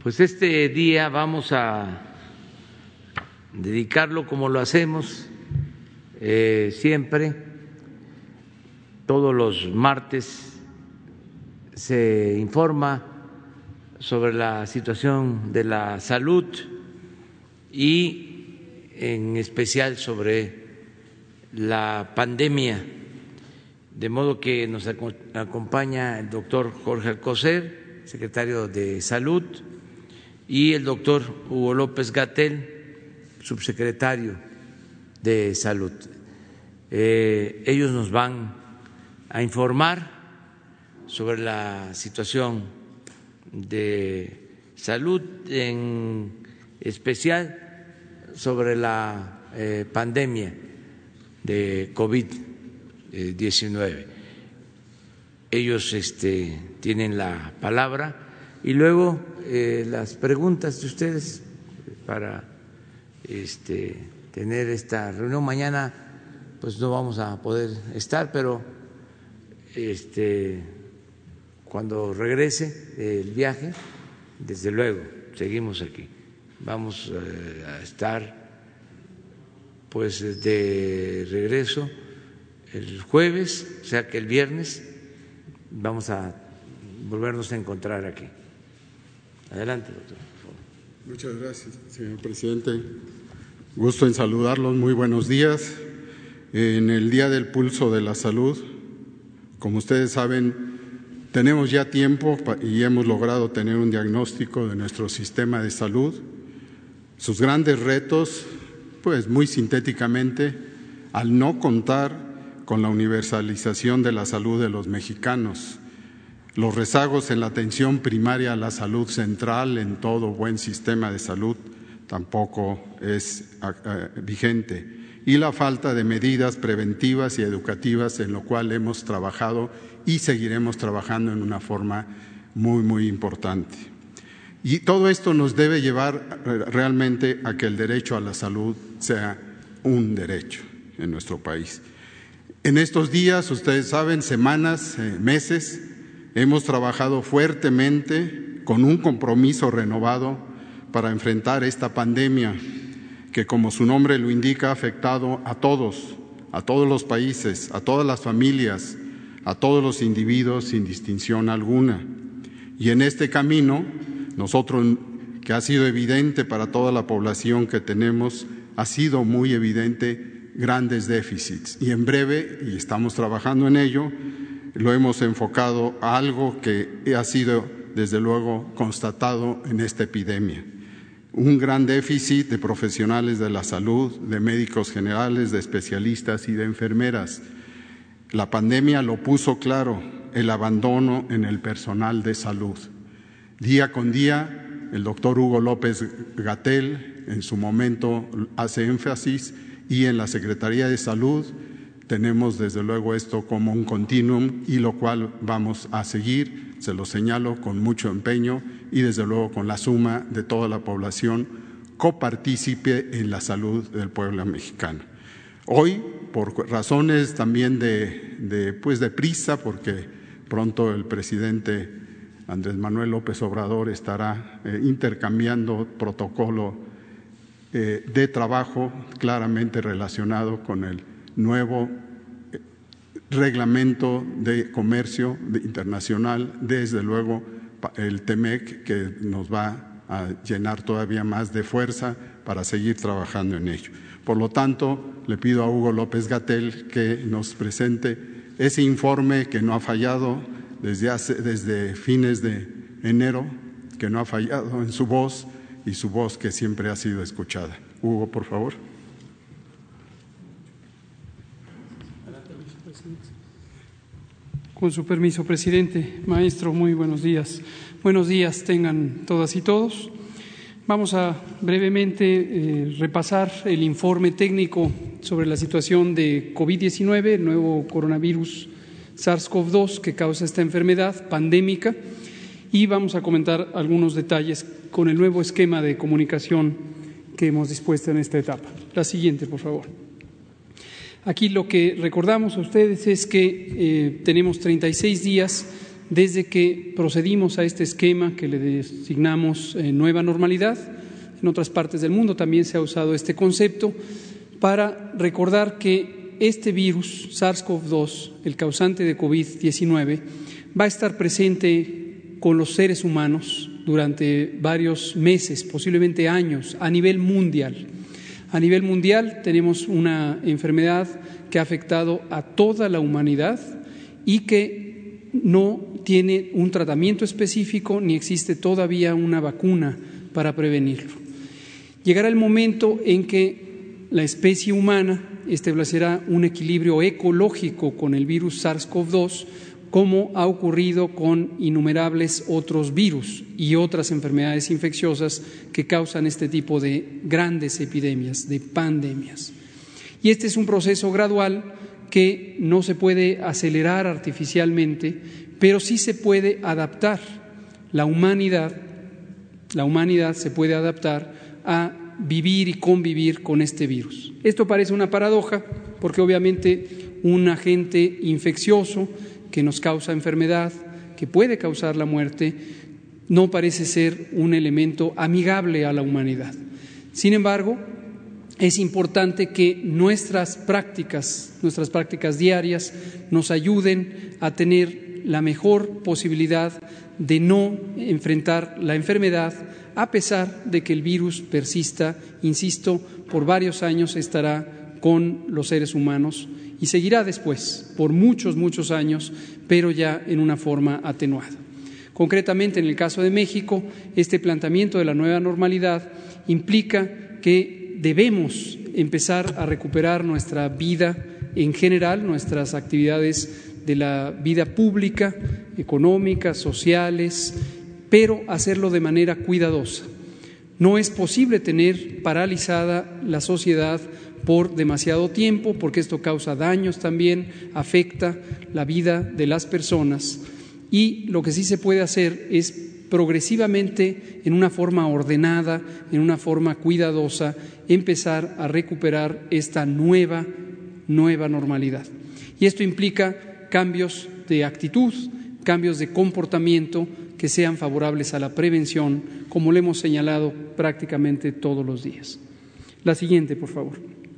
Pues este día vamos a dedicarlo como lo hacemos siempre. Todos los martes se informa sobre la situación de la salud y en especial sobre la pandemia, de modo que nos acompaña el doctor Jorge Alcocer, secretario de Salud, y el doctor Hugo López-Gatell, subsecretario de Salud. Ellos nos van a informar sobre la situación de salud, en especial sobre la pandemia de COVID-19. Ellos tienen la palabra y luego las preguntas de ustedes para tener esta reunión. Mañana pues no vamos a poder estar, pero cuando regrese el viaje, desde luego seguimos aquí. Vamos a estar pues de regreso el jueves, o sea que el viernes vamos a volvernos a encontrar aquí. Adelante, doctor. Muchas gracias, señor presidente. Gusto en saludarlos. Muy buenos días. En el Día del Pulso de la Salud, como ustedes saben, tenemos ya tiempo y hemos logrado tener un diagnóstico de nuestro sistema de salud, sus grandes retos, pues muy sintéticamente, al no contar con la universalización de la salud de los mexicanos, los rezagos en la atención primaria a la salud central en todo buen sistema de salud tampoco es vigente, y la falta de medidas preventivas y educativas, en lo cual hemos trabajado y seguiremos trabajando en una forma muy, muy importante. Y todo esto nos debe llevar realmente a que el derecho a la salud sea un derecho en nuestro país. En estos días, ustedes saben, semanas, meses, hemos trabajado fuertemente con un compromiso renovado para enfrentar esta pandemia que, como su nombre lo indica, ha afectado a todos los países, a todas las familias, a todos los individuos sin distinción alguna. Y en este camino, nosotros, que ha sido evidente para toda la población que tenemos, ha sido muy evidente grandes déficits. Y en breve, y estamos trabajando en ello, lo hemos enfocado a algo que ha sido, desde luego, constatado en esta epidemia. Un gran déficit de profesionales de la salud, de médicos generales, de especialistas y de enfermeras. La pandemia lo puso claro, el abandono en el personal de salud. Día con día, el doctor Hugo López-Gatell en su momento hace énfasis, y en la Secretaría de Salud tenemos desde luego esto como un continuum, y lo cual vamos a seguir, se lo señalo, con mucho empeño y desde luego con la suma de toda la población copartícipe en la salud del pueblo mexicano. Hoy, por razones también de prisa, porque pronto el presidente Andrés Manuel López Obrador estará intercambiando protocolo de trabajo claramente relacionado con el nuevo reglamento de comercio internacional, desde luego el TEMEC, que nos va a llenar todavía más de fuerza para seguir trabajando en ello. Por lo tanto, le pido a Hugo López-Gatell que nos presente ese informe que no ha fallado desde fines de enero, que no ha fallado en su voz y su voz que siempre ha sido escuchada. Hugo, por favor. Con su permiso, presidente. Maestro, muy buenos días. Buenos días tengan todas y todos. Vamos a brevemente repasar el informe técnico sobre la situación de COVID-19, el nuevo coronavirus SARS-CoV-2 que causa esta enfermedad pandémica, y vamos a comentar algunos detalles con el nuevo esquema de comunicación que hemos dispuesto en esta etapa. La siguiente, por favor. Aquí lo que recordamos a ustedes es que tenemos 36 días desde que procedimos a este esquema que le designamos nueva normalidad. En otras partes del mundo también se ha usado este concepto para recordar que este virus, SARS-CoV-2, el causante de COVID-19, va a estar presente con los seres humanos durante varios meses, posiblemente años, a nivel mundial. A nivel mundial tenemos una enfermedad que ha afectado a toda la humanidad y que no tiene un tratamiento específico ni existe todavía una vacuna para prevenirlo. Llegará el momento en que la especie humana establecerá un equilibrio ecológico con el virus SARS-CoV-2, como ha ocurrido con innumerables otros virus y otras enfermedades infecciosas que causan este tipo de grandes epidemias, de pandemias. Y este es un proceso gradual que no se puede acelerar artificialmente, pero sí se puede adaptar. La humanidad se puede adaptar a vivir y convivir con este virus. Esto parece una paradoja porque obviamente un agente infeccioso que nos causa enfermedad, que puede causar la muerte, no parece ser un elemento amigable a la humanidad. Sin embargo, es importante que nuestras prácticas diarias nos ayuden a tener la mejor posibilidad de no enfrentar la enfermedad, a pesar de que el virus persista, insisto, por varios años estará con los seres humanos y seguirá después, por muchos, muchos años, pero ya en una forma atenuada. Concretamente, en el caso de México, este planteamiento de la nueva normalidad implica que debemos empezar a recuperar nuestra vida en general, nuestras actividades de la vida pública, económicas, sociales, pero hacerlo de manera cuidadosa. No es posible tener paralizada la sociedad por demasiado tiempo, porque esto causa daños también, afecta la vida de las personas, y lo que sí se puede hacer es progresivamente, en una forma ordenada, en una forma cuidadosa, empezar a recuperar esta nueva normalidad. Y esto implica cambios de actitud, cambios de comportamiento que sean favorables a la prevención, como le hemos señalado prácticamente todos los días. La siguiente, por favor.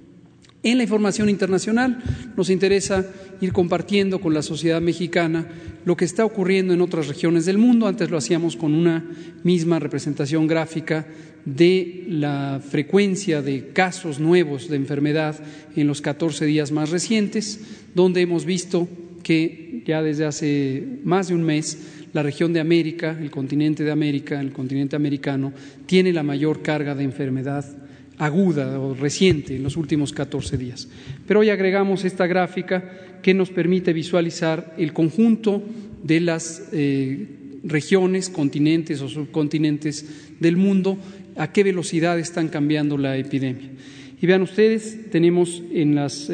En la información internacional nos interesa ir compartiendo con la sociedad mexicana lo que está ocurriendo en otras regiones del mundo. Antes lo hacíamos con una misma representación gráfica de la frecuencia de casos nuevos de enfermedad en los 14 días más recientes, donde hemos visto que ya desde hace más de un mes la región de América, el continente americano, tiene la mayor carga de enfermedad aguda o reciente en los últimos 14 días. Pero hoy agregamos esta gráfica que nos permite visualizar el conjunto de las regiones, continentes o subcontinentes del mundo, a qué velocidad están cambiando la epidemia. Y vean ustedes, tenemos en las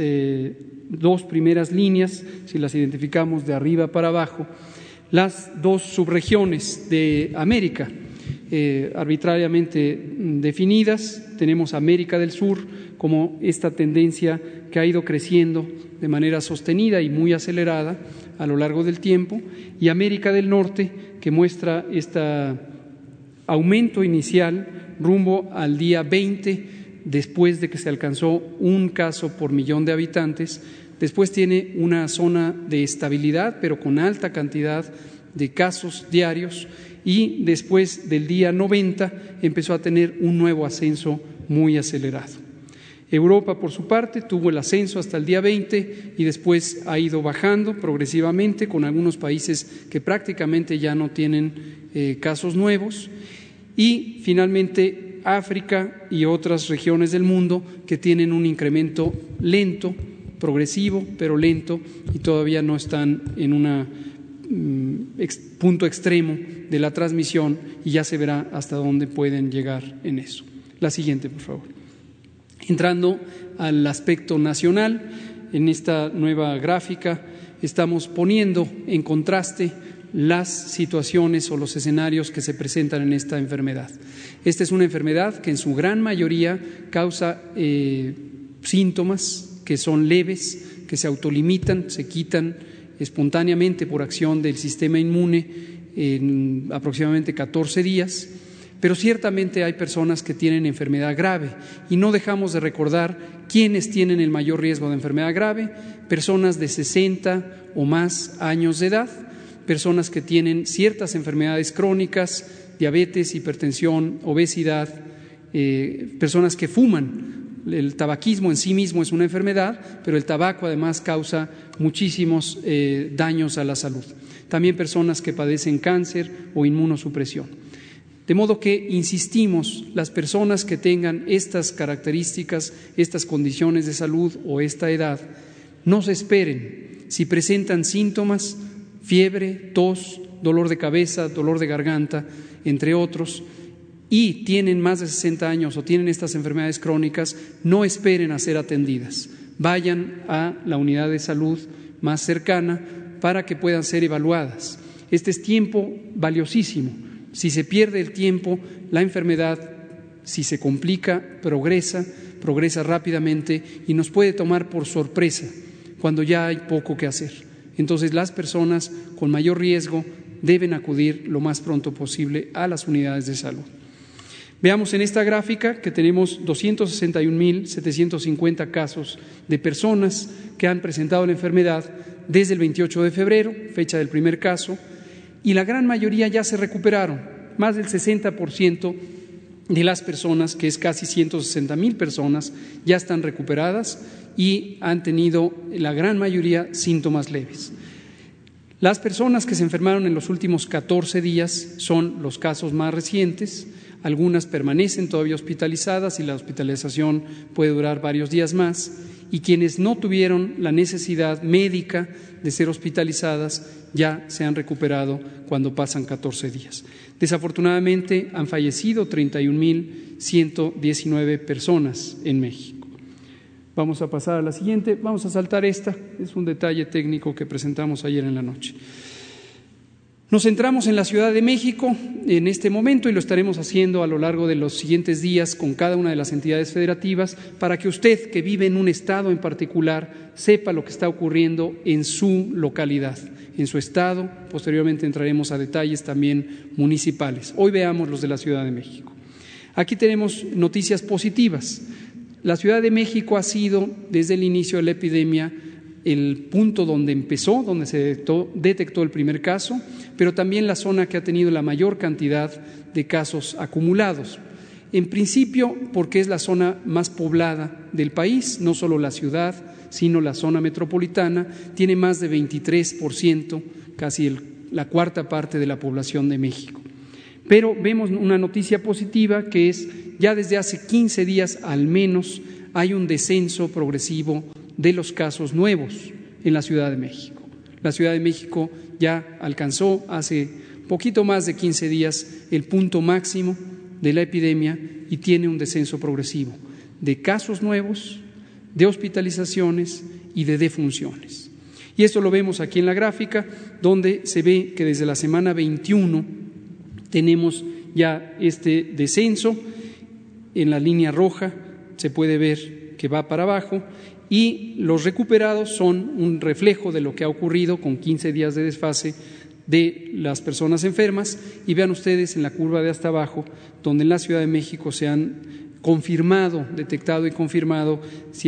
dos primeras líneas, si las identificamos de arriba para abajo, las dos subregiones de América, arbitrariamente definidas. Tenemos América del Sur como esta tendencia que ha ido creciendo de manera sostenida y muy acelerada a lo largo del tiempo, y América del Norte, que muestra este aumento inicial rumbo al día 20, después de que se alcanzó un caso por millón de habitantes. Después tiene una zona de estabilidad, pero con alta cantidad de casos diarios, y después del día 90 empezó a tener un nuevo ascenso muy acelerado. Europa, por su parte, tuvo el ascenso hasta el día 20 y después ha ido bajando progresivamente, con algunos países que prácticamente ya no tienen casos nuevos, y finalmente África y otras regiones del mundo que tienen un incremento lento, progresivo, pero lento, y todavía no están en un punto extremo de la transmisión, y ya se verá hasta dónde pueden llegar en eso. La siguiente, por favor. Entrando al aspecto nacional, en esta nueva gráfica estamos poniendo en contraste las situaciones o los escenarios que se presentan en esta enfermedad. Esta es una enfermedad que en su gran mayoría causa síntomas que son leves, que se autolimitan, se quitan espontáneamente por acción del sistema inmune en aproximadamente 14 días, pero ciertamente hay personas que tienen enfermedad grave y no dejamos de recordar quiénes tienen el mayor riesgo de enfermedad grave: personas de 60 o más años de edad, personas que tienen ciertas enfermedades crónicas, diabetes, hipertensión, obesidad, personas que fuman. El tabaquismo en sí mismo es una enfermedad, pero el tabaco además causa muchísimos daños a la salud. También personas que padecen cáncer o inmunosupresión. De modo que insistimos, las personas que tengan estas características, estas condiciones de salud o esta edad, no se esperen. Si presentan síntomas, fiebre, tos, dolor de cabeza, dolor de garganta, entre otros, y tienen más de 60 años o tienen estas enfermedades crónicas, no esperen a ser atendidas. Vayan a la unidad de salud más cercana para que puedan ser evaluadas. Este es tiempo valiosísimo. Si se pierde el tiempo, la enfermedad, si se complica, progresa rápidamente y nos puede tomar por sorpresa cuando ya hay poco que hacer. Entonces, las personas con mayor riesgo deben acudir lo más pronto posible a las unidades de salud. Veamos en esta gráfica que tenemos 261.750 casos de personas que han presentado la enfermedad desde el 28 de febrero, fecha del primer caso, y la gran mayoría ya se recuperaron. Más del 60% de las personas, que es casi 160,000 personas, ya están recuperadas y han tenido la gran mayoría síntomas leves. Las personas que se enfermaron en los últimos 14 días son los casos más recientes. Algunas permanecen todavía hospitalizadas y la hospitalización puede durar varios días más, y quienes no tuvieron la necesidad médica de ser hospitalizadas ya se han recuperado cuando pasan 14 días. Desafortunadamente han fallecido 31.119 personas en México. Vamos a pasar a la siguiente, vamos a saltar esta, es un detalle técnico que presentamos ayer en la noche. Nos centramos en la Ciudad de México en este momento y lo estaremos haciendo a lo largo de los siguientes días con cada una de las entidades federativas para que usted, que vive en un estado en particular, sepa lo que está ocurriendo en su localidad, en su estado. Posteriormente entraremos a detalles también municipales. Hoy veamos los de la Ciudad de México. Aquí tenemos noticias positivas. La Ciudad de México ha sido, desde el inicio de la epidemia, el punto donde empezó, donde se detectó el primer caso, pero también la zona que ha tenido la mayor cantidad de casos acumulados. En principio, porque es la zona más poblada del país, no solo la ciudad, sino la zona metropolitana, tiene más de 23%, casi la cuarta parte de la población de México. Pero vemos una noticia positiva, que es ya desde hace 15 días al menos hay un descenso progresivo de los casos nuevos en la Ciudad de México. La Ciudad de México ya alcanzó hace poquito más de 15 días el punto máximo de la epidemia y tiene un descenso progresivo de casos nuevos, de hospitalizaciones y de defunciones. Y esto lo vemos aquí en la gráfica, donde se ve que desde la semana 21 tenemos ya este descenso. En la línea roja se puede ver que va para abajo, y los recuperados son un reflejo de lo que ha ocurrido con 15 días de desfase de las personas enfermas. Y vean ustedes en la curva de hasta abajo, donde en la Ciudad de México se han detectado y confirmado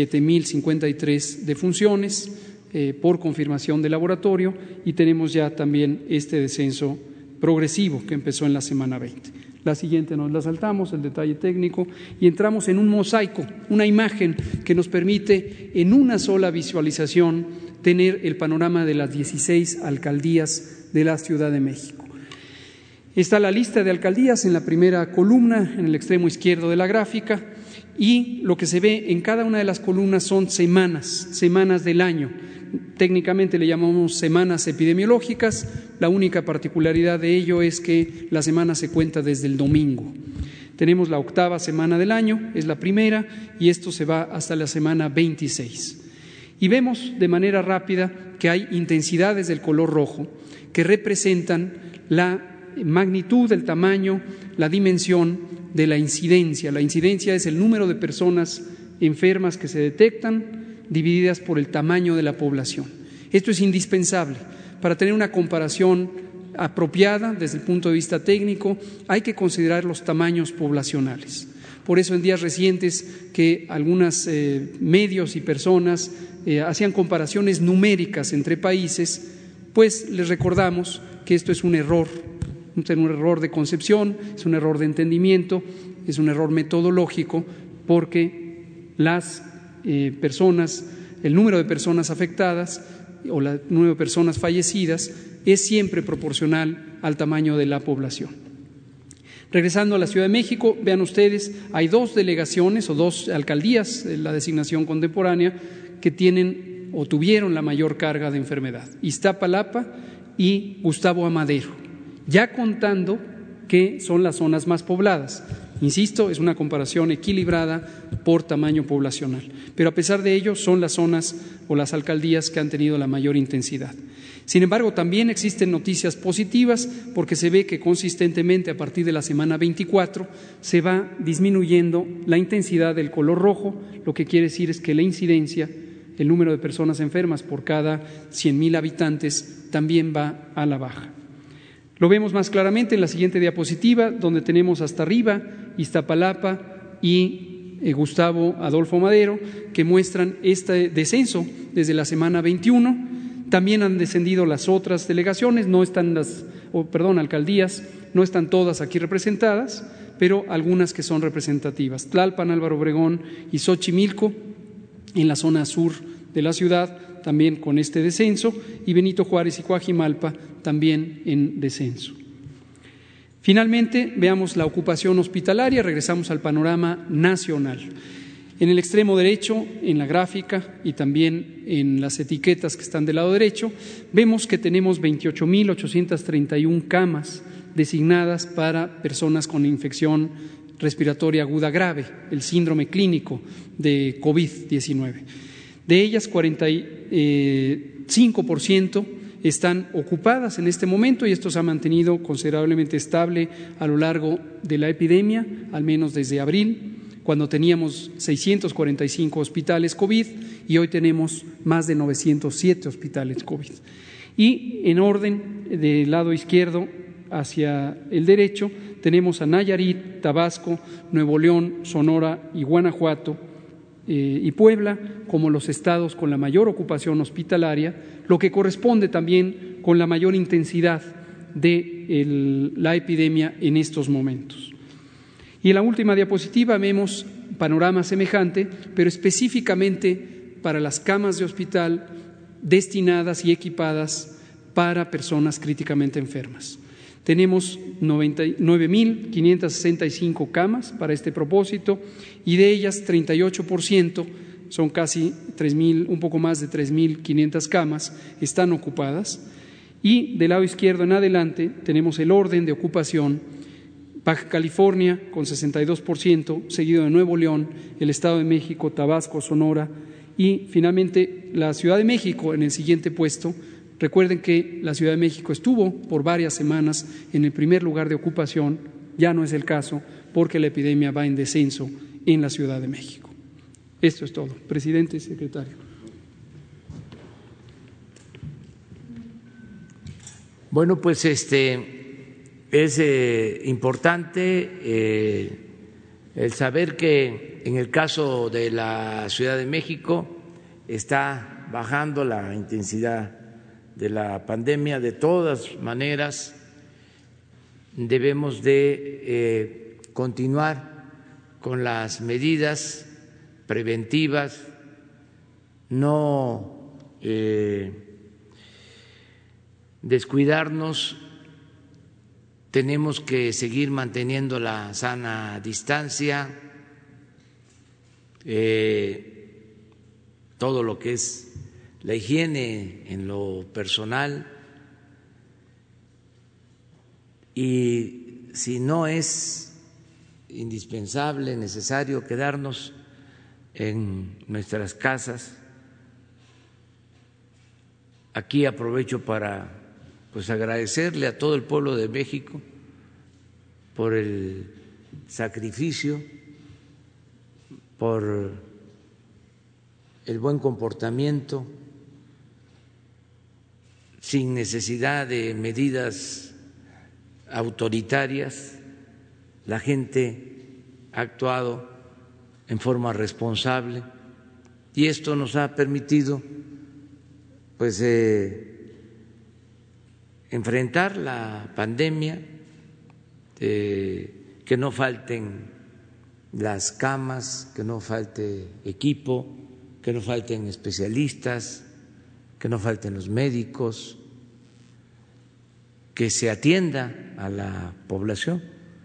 7.053 defunciones por confirmación de laboratorio, y tenemos ya también este descenso progresivo que empezó en la semana 20. La siguiente nos la saltamos, el detalle técnico, y entramos en un mosaico, una imagen que nos permite en una sola visualización tener el panorama de las 16 alcaldías de la Ciudad de México. Está la lista de alcaldías en la primera columna, en el extremo izquierdo de la gráfica, y lo que se ve en cada una de las columnas son semanas del año. Técnicamente le llamamos semanas epidemiológicas. La única particularidad de ello es que la semana se cuenta desde el domingo. Tenemos la 8ª semana del año, es la primera, y esto se va hasta la semana 26. Y vemos de manera rápida que hay intensidades del color rojo que representan la magnitud, el tamaño, la dimensión de la incidencia. La incidencia es el número de personas enfermas que se detectan divididas por el tamaño de la población. Esto es indispensable para tener una comparación apropiada desde el punto de vista técnico. Hay que considerar los tamaños poblacionales. Por eso en días recientes que algunos medios y personas hacían comparaciones numéricas entre países, pues les recordamos que esto es un error de concepción, es un error de entendimiento, es un error metodológico, porque las personas, el número de personas afectadas o el número de personas fallecidas es siempre proporcional al tamaño de la población. Regresando a la Ciudad de México, vean ustedes, hay 2 delegaciones o 2 alcaldías de la designación contemporánea que tienen o tuvieron la mayor carga de enfermedad: Iztapalapa y Gustavo Amadero, ya contando que son las zonas más pobladas. Insisto, es una comparación equilibrada por tamaño poblacional, pero a pesar de ello son las zonas o las alcaldías que han tenido la mayor intensidad. Sin embargo, también existen noticias positivas, porque se ve que consistentemente a partir de la semana 24 se va disminuyendo la intensidad del color rojo. Lo que quiere decir es que la incidencia, el número de personas enfermas por cada 100,000 habitantes, también va a la baja. Lo vemos más claramente en la siguiente diapositiva, donde tenemos hasta arriba Iztapalapa y Gustavo Adolfo Amadero, que muestran este descenso desde la semana 21. También han descendido las otras delegaciones, alcaldías, no están todas aquí representadas, pero algunas que son representativas: Tlalpan, Álvaro Obregón y Xochimilco en la zona sur de la ciudad, también con este descenso, y Benito Juárez y Coajimalpa también en descenso. Finalmente, veamos la ocupación hospitalaria. Regresamos al panorama nacional. En el extremo derecho, en la gráfica y también en las etiquetas que están del lado derecho, vemos que tenemos 28,831 camas designadas para personas con infección respiratoria aguda grave, el síndrome clínico de COVID-19. De ellas, 45% están ocupadas en este momento, y esto se ha mantenido considerablemente estable a lo largo de la epidemia, al menos desde abril, cuando teníamos 645 hospitales COVID y hoy tenemos más de 907 hospitales COVID. Y en orden del lado izquierdo hacia el derecho tenemos a Nayarit, Tabasco, Nuevo León, Sonora y Guanajuato y Puebla como los estados con la mayor ocupación hospitalaria, lo que corresponde también con la mayor intensidad de la epidemia en estos momentos. Y en la última diapositiva vemos panorama semejante, pero específicamente para las camas de hospital destinadas y equipadas para personas críticamente enfermas. Tenemos 99,565 camas para este propósito, y de ellas 38%, son casi 3,000, un poco más de 3,500 camas, están ocupadas. Y del lado izquierdo en adelante tenemos el orden de ocupación: Baja California con 62%, seguido de Nuevo León, el Estado de México, Tabasco, Sonora y finalmente la Ciudad de México en el siguiente puesto. Recuerden que la Ciudad de México estuvo por varias semanas en el primer lugar de ocupación, ya no es el caso porque la epidemia va en descenso en la Ciudad de México. Esto es todo. Presidente y secretario. Bueno, pues es importante el saber que en el caso de la Ciudad de México está bajando la intensidad de la pandemia. De todas maneras, debemos de continuar con las medidas preventivas, no descuidarnos. Tenemos que seguir manteniendo la sana distancia, todo lo que es la higiene en lo personal, y si no es indispensable, necesario quedarnos en nuestras casas. Aquí aprovecho para agradecerle a todo el pueblo de México por el sacrificio, por el buen comportamiento sin necesidad de medidas autoritarias. La gente ha actuado en forma responsable y esto nos ha permitido pues enfrentar la pandemia, que no falten las camas, que no falte equipo, que no falten especialistas, que no falten los médicos, que se atienda a la población,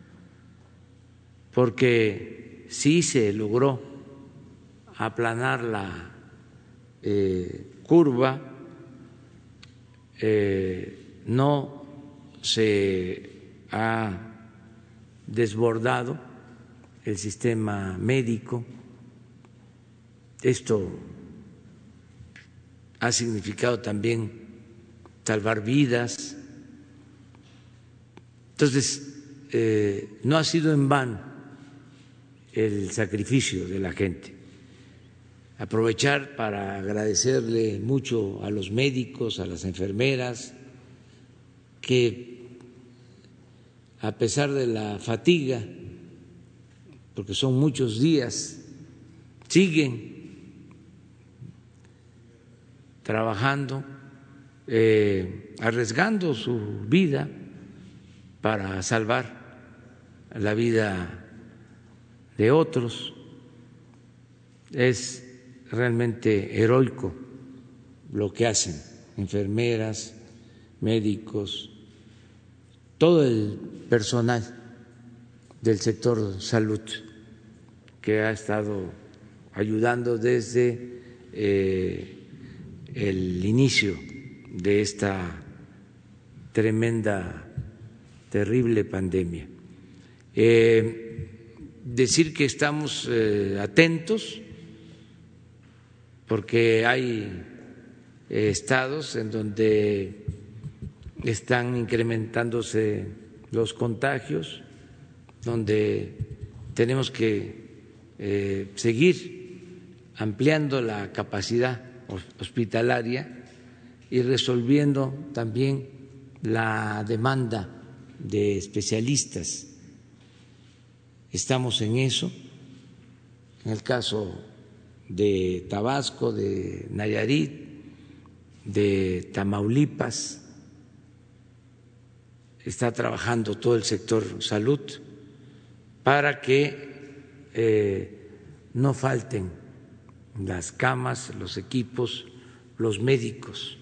porque sí se logró aplanar la curva, no se ha desbordado el sistema médico. Esto ha significado también salvar vidas. Entonces, no ha sido en vano el sacrificio de la gente. Aprovechar para agradecerle mucho a los médicos, a las enfermeras, que a pesar de la fatiga, porque son muchos días, siguen trabajando, arriesgando su vida para salvar la vida de otros. Es realmente heroico lo que hacen enfermeras, médicos, todo el personal del sector salud que ha estado ayudando desde el inicio de esta tremenda, terrible pandemia. Decir que estamos atentos porque hay estados en donde están incrementándose los contagios, donde tenemos que seguir ampliando la capacidad hospitalaria y resolviendo también la demanda de especialistas. Estamos en eso. En el caso de Tabasco, de Nayarit, de Tamaulipas, está trabajando todo el sector salud para que no falten las camas, los equipos, los médicos.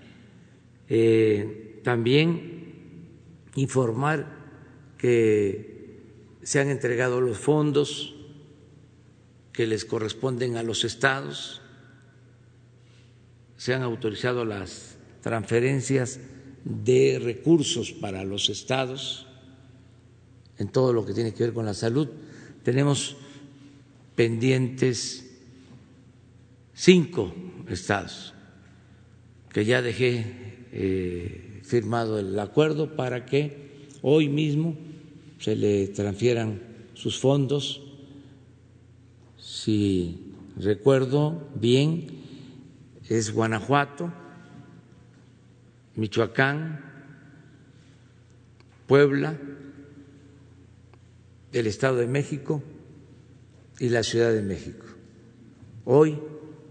También informar que se han entregado los fondos que les corresponden a los estados, se han autorizado las transferencias de recursos para los estados en todo lo que tiene que ver con la salud. Tenemos pendientes 5 estados que ya dejé firmado el acuerdo para que hoy mismo se le transfieran sus fondos. Si recuerdo bien, es Guanajuato, Michoacán, Puebla, el Estado de México y la Ciudad de México. Hoy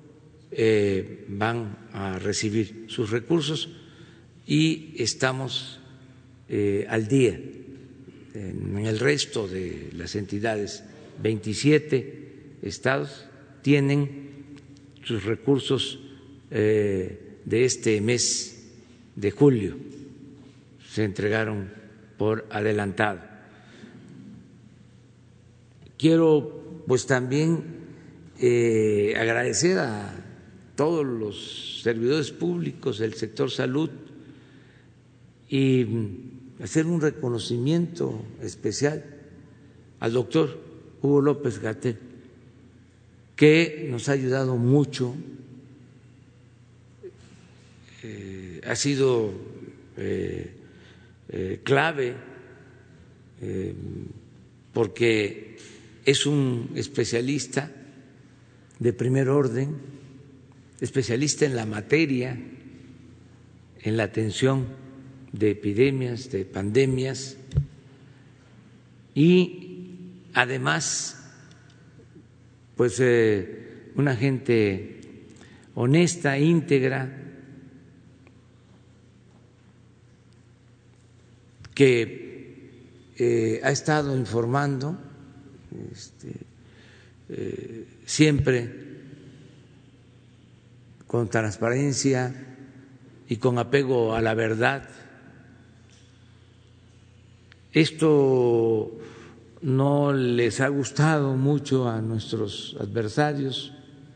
van a recibir sus recursos y estamos al día. En el resto de las entidades, 27 estados tienen sus recursos de este mes de julio, se entregaron por adelantado. Quiero pues también agradecer a todos los servidores públicos del sector salud y hacer un reconocimiento especial al doctor Hugo López-Gatell, que nos ha ayudado mucho, ha sido clave porque es un especialista de primer orden, especialista en la materia, en la atención de epidemias, de pandemias, y además, pues una gente honesta, íntegra, que ha estado informando siempre con transparencia y con apego a la verdad. Esto no les ha gustado mucho a nuestros adversarios,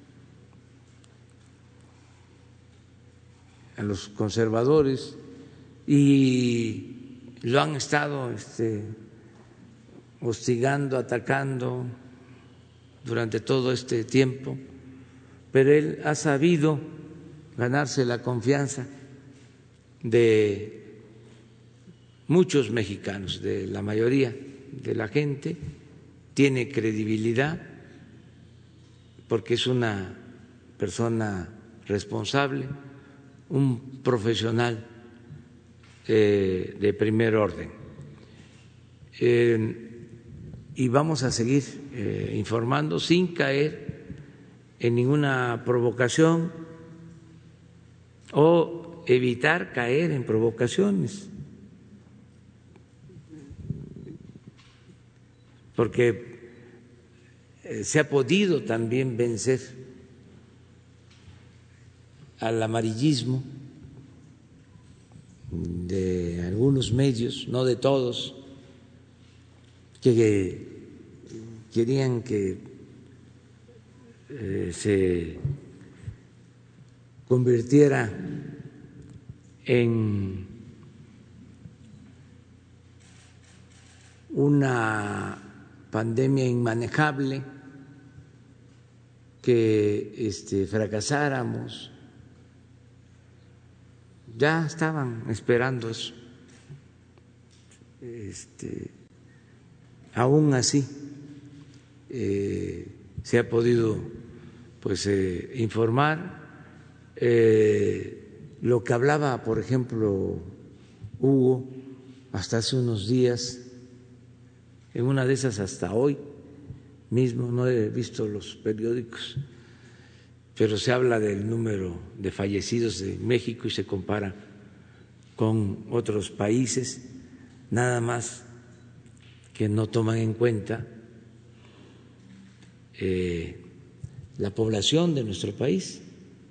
a los conservadores, y lo han estado hostigando, atacando durante todo este tiempo, pero él ha sabido ganarse la confianza de muchos mexicanos, de la mayoría de la gente, tiene credibilidad porque es una persona responsable, un profesional de primer orden. Y vamos a seguir informando sin caer en ninguna provocación o evitar caer en provocaciones, porque se ha podido también vencer al amarillismo de algunos medios, no de todos, que querían que se convirtiera en una pandemia inmanejable, que fracasáramos. Ya estaban esperando eso. Aún así se ha podido pues informar. Lo que hablaba, por ejemplo, Hugo hasta hace unos días, en una de esas hasta hoy mismo, no he visto los periódicos, pero se habla del número de fallecidos de México y se compara con otros países, nada más que no toman en cuenta la población de nuestro país.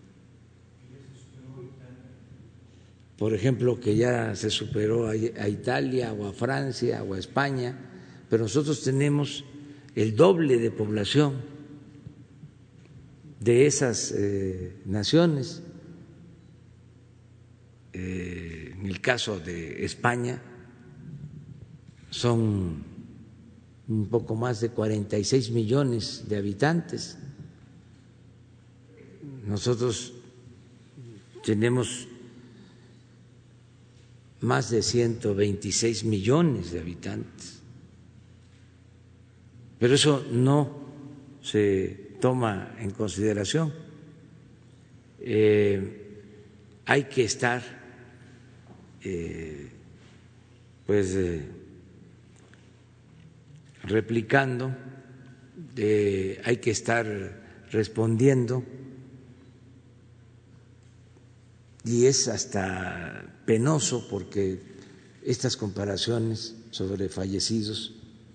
Por ejemplo, que ya se superó a Italia o a Francia o a España, pero nosotros tenemos el doble de población de esas naciones. En el caso de España son un poco más de 46 millones de habitantes. Nosotros tenemos más de 126 millones de habitantes, pero eso no se toma en consideración. Hay que estar replicando, hay que estar respondiendo, y es hasta penoso porque estas comparaciones sobre fallecidos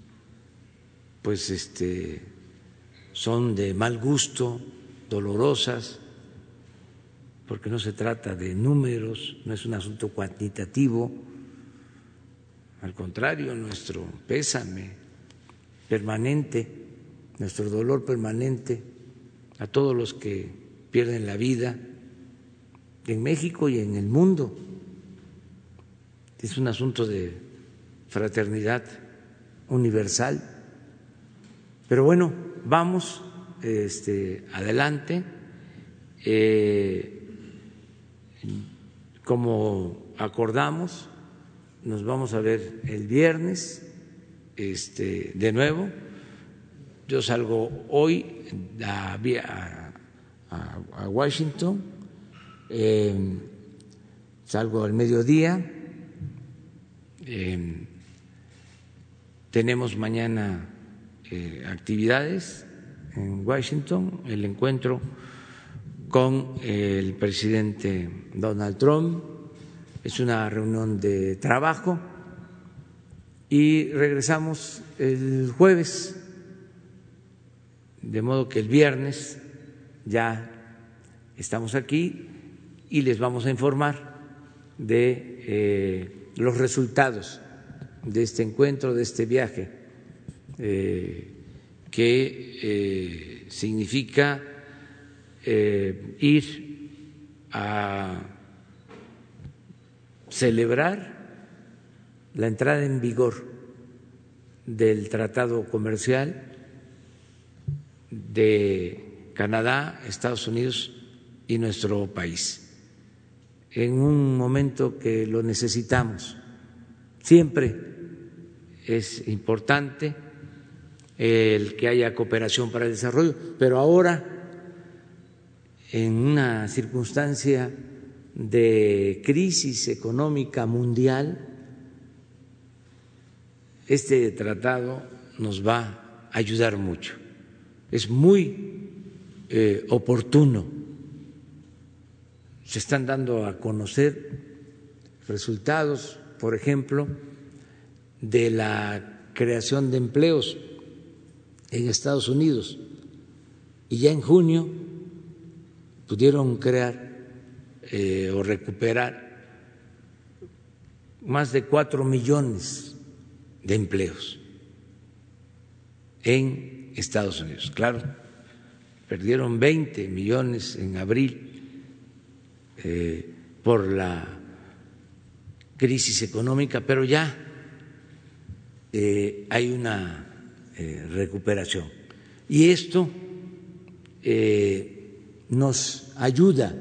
pues son de mal gusto, dolorosas, porque no se trata de números, no es un asunto cuantitativo, al contrario, nuestro pésame permanente, nuestro dolor permanente a todos los que pierden la vida en México y en el mundo. Es un asunto de fraternidad universal. Pero bueno, vamos adelante. Como acordamos, nos vamos a ver el viernes de nuevo. Yo salgo hoy a Washington salgo al mediodía. Tenemos mañana actividades en Washington, el encuentro con el presidente Donald Trump. Es una reunión de trabajo y regresamos el jueves, de modo que el viernes ya estamos aquí y les vamos a informar de los resultados de este encuentro, de este viaje, que significa ir a celebrar la entrada en vigor del Tratado Comercial de Canadá, Estados Unidos y nuestro país, en un momento que lo necesitamos. Siempre es importante el que haya cooperación para el desarrollo, pero ahora, en una circunstancia de crisis económica mundial, este tratado nos va a ayudar mucho. Es muy oportuno. Se están dando a conocer resultados, por ejemplo, de la creación de empleos en Estados Unidos, y ya en junio pudieron crear o recuperar más de 4 millones de empleos en Estados Unidos. Claro, perdieron 20 millones en abril por la crisis económica, pero ya hay una recuperación. Y esto nos ayuda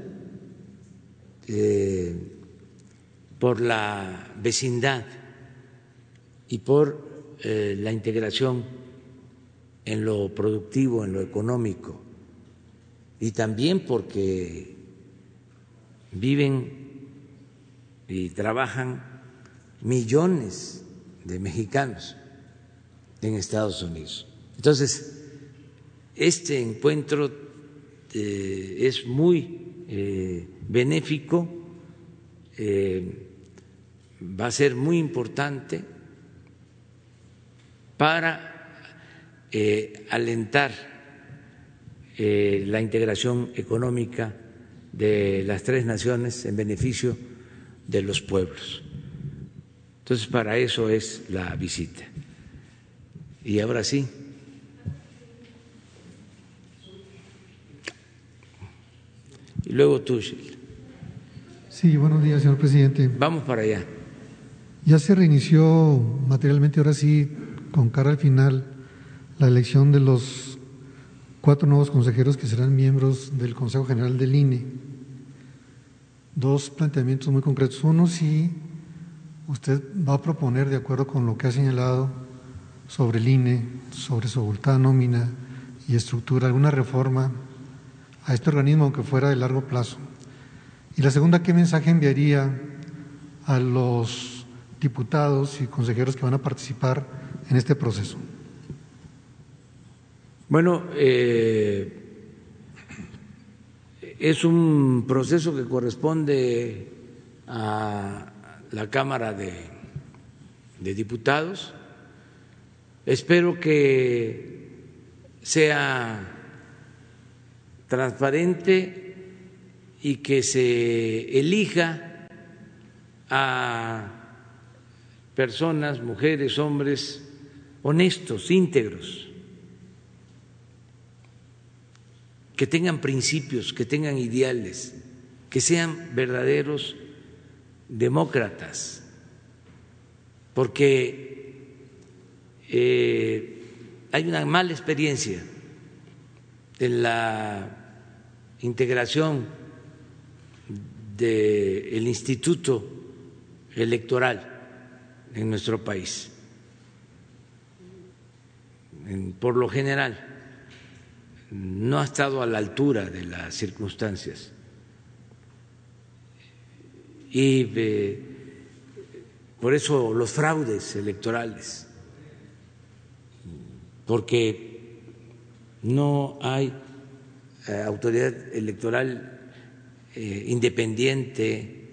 por la vecindad y por la integración en lo productivo, en lo económico, y también porque viven y trabajan millones de mexicanos en Estados Unidos. Entonces, este encuentro es muy benéfico, va a ser muy importante para alentar la integración económica de las tres naciones en beneficio de los pueblos. Entonces, para eso es la visita. Y ahora sí. Y luego tú, Sheila. Sí, buenos días, señor presidente. Vamos para allá. Ya se reinició materialmente, ahora sí, con cara al final, la elección de los 4 nuevos consejeros que serán miembros del Consejo General del INE. 2 planteamientos muy concretos. Uno, si usted va a proponer, de acuerdo con lo que ha señalado sobre el INE, sobre su abultada nómina y estructura, alguna reforma a este organismo, aunque fuera de largo plazo. Y la segunda, ¿qué mensaje enviaría a los diputados y consejeros que van a participar en este proceso? Bueno, es un proceso que corresponde a la Cámara de Diputados. Espero que sea transparente y que se elija a personas, mujeres, hombres honestos, íntegros, que tengan principios, que tengan ideales, que sean verdaderos demócratas, porque hay una mala experiencia en la integración del instituto electoral en nuestro país. Por lo general, no ha estado a la altura de las circunstancias Y por eso los fraudes electorales, porque no hay autoridad electoral independiente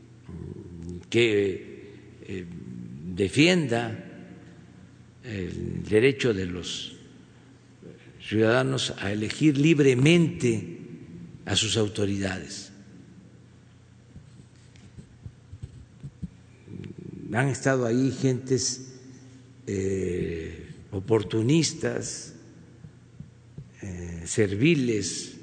que defienda el derecho de los ciudadanos a elegir libremente a sus autoridades. Han estado ahí gentes oportunistas, serviles,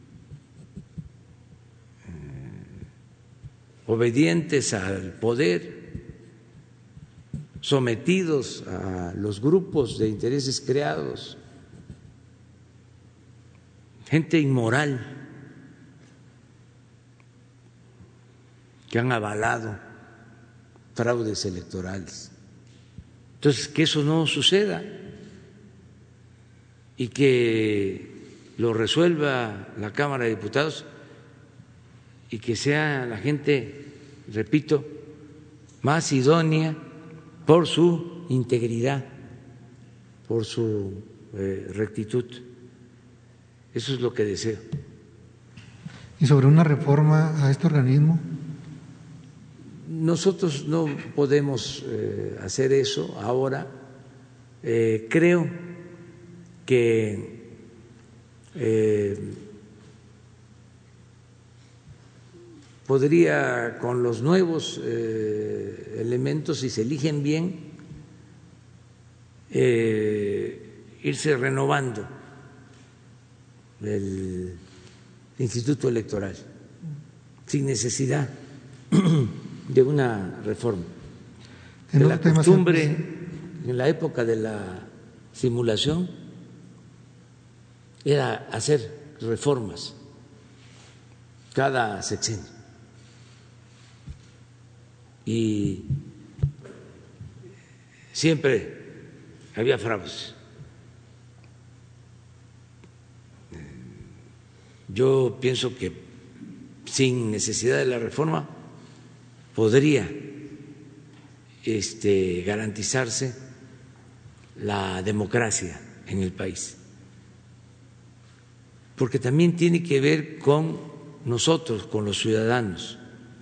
obedientes al poder, sometidos a los grupos de intereses creados, gente inmoral que han avalado fraudes electorales. Entonces, que eso no suceda y que lo resuelva la Cámara de Diputados y que sea la gente, repito, más idónea por su integridad, por su rectitud. Eso es lo que deseo. ¿Y sobre una reforma a este organismo? Nosotros no podemos hacer eso ahora. Creo que podría, con los nuevos elementos, si se eligen bien, irse renovando el Instituto Electoral sin necesidad de una reforma. La costumbre en la época de la simulación era hacer reformas cada sexenio y siempre había fraudes. Yo pienso que sin necesidad de la reforma podría garantizarse la democracia en el país, porque también tiene que ver con nosotros, con los ciudadanos,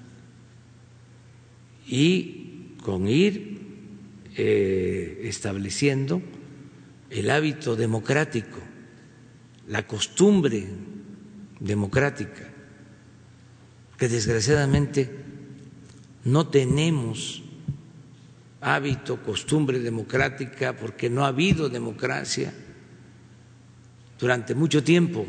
y con ir estableciendo el hábito democrático, la costumbre democrática, que desgraciadamente no tenemos hábito, costumbre democrática, porque no ha habido democracia durante mucho tiempo.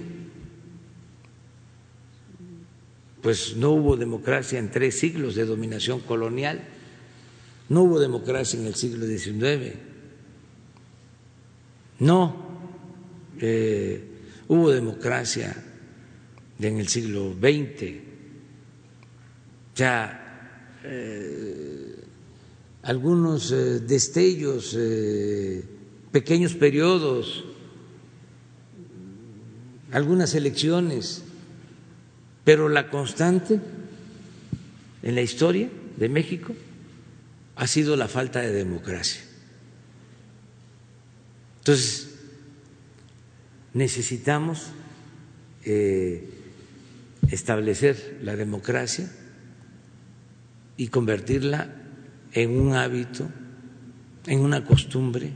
Pues no hubo democracia en 3 siglos de dominación colonial, no hubo democracia en el siglo XIX, no hubo democracia en el siglo XX. Ya algunos destellos, pequeños periodos, algunas elecciones, pero la constante en la historia de México ha sido la falta de democracia. Entonces, necesitamos establecer la democracia y convertirla en un hábito, en una costumbre.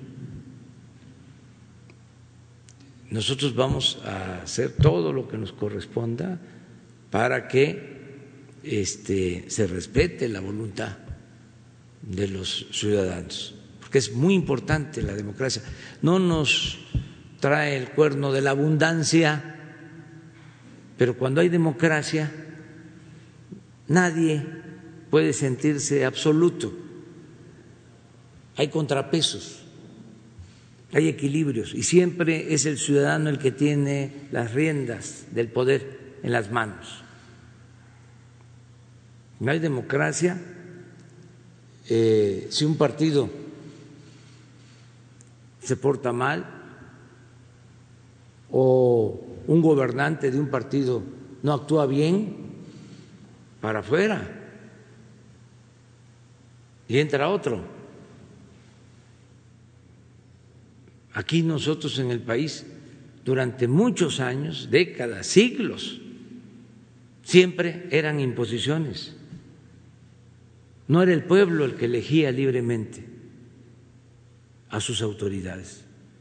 Nosotros vamos a hacer todo lo que nos corresponda para que se respete la voluntad de los ciudadanos, porque es muy importante la democracia. No nos trae el cuerno de la abundancia, pero cuando hay democracia nadie puede sentirse absoluto. Hay contrapesos, hay equilibrios, y siempre es el ciudadano el que tiene las riendas del poder en las manos. No hay democracia si un partido se porta mal o un gobernante de un partido no actúa bien, para afuera. y entra otro. Aquí nosotros en el país, durante muchos años, décadas, siglos, siempre eran imposiciones. No era el pueblo el que elegía libremente a sus autoridades.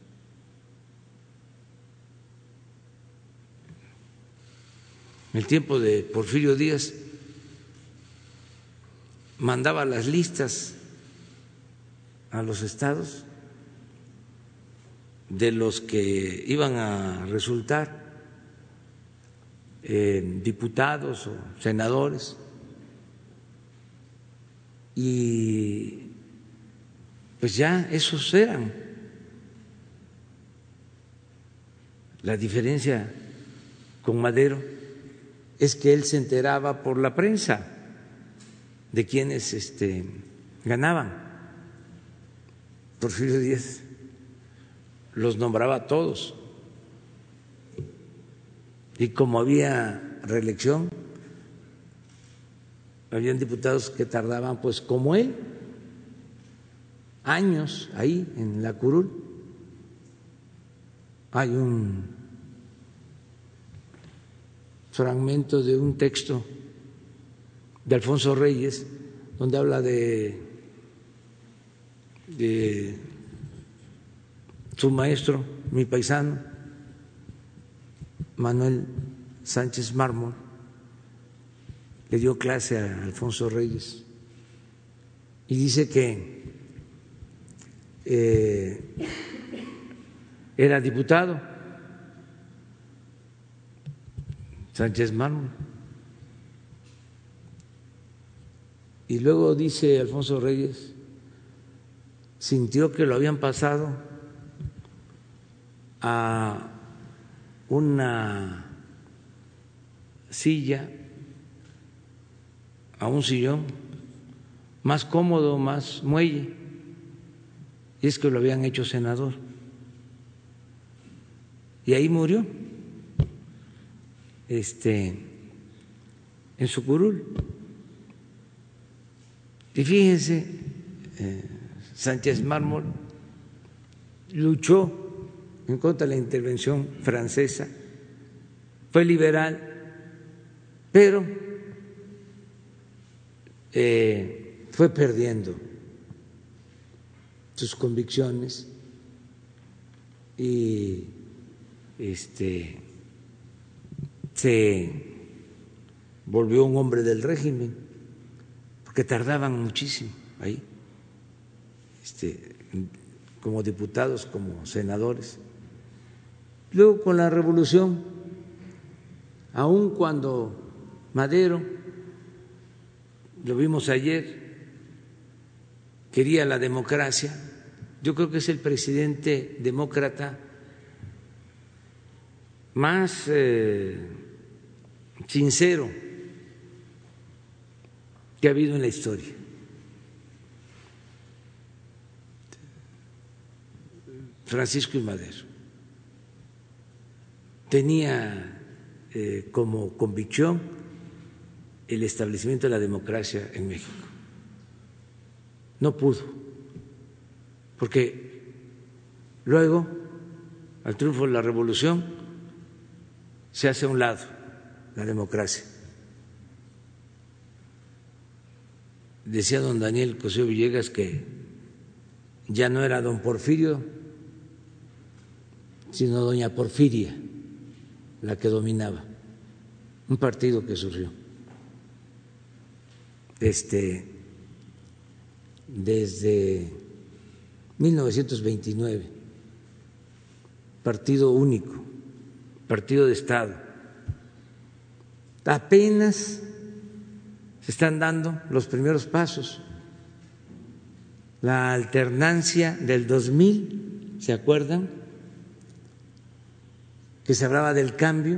En el tiempo de Porfirio Díaz mandaba las listas a los estados de los que iban a resultar diputados o senadores, y pues ya esos eran. La diferencia con Madero es que él se enteraba por la prensa de quienes ganaban. Porfirio Díaz los nombraba a todos, y como había reelección, habían diputados que tardaban, pues como él, años ahí en la curul. Hay un fragmento de un texto de Alfonso Reyes donde habla de su maestro, mi paisano, Manuel Sánchez Mármol, le dio clase a Alfonso Reyes, y dice que era diputado Sánchez Mármol, y luego dice Alfonso Reyes, sintió que lo habían pasado a una silla, a un sillón más cómodo, más muelle, y es que lo habían hecho senador, y ahí murió en su curul. Y fíjense, Sánchez Mármol luchó en contra de la intervención francesa, fue liberal, pero fue perdiendo sus convicciones y se volvió un hombre del régimen, porque tardaban muchísimo ahí, como diputados, como senadores. Luego con la revolución, aun cuando Madero, lo vimos ayer, quería la democracia, yo creo que es el presidente demócrata más sincero que ha habido en la historia. Francisco I. Madero tenía como convicción el establecimiento de la democracia en México. No pudo, porque luego, al triunfo de la revolución, se hace a un lado la democracia. Decía don Daniel Cosío Villegas que ya no era don Porfirio, sino doña Porfiria la que dominaba, un partido que surgió desde 1929, partido único, partido de Estado. Apenas se están dando los primeros pasos. La alternancia del 2000, ¿se acuerdan? Que se hablaba del cambio.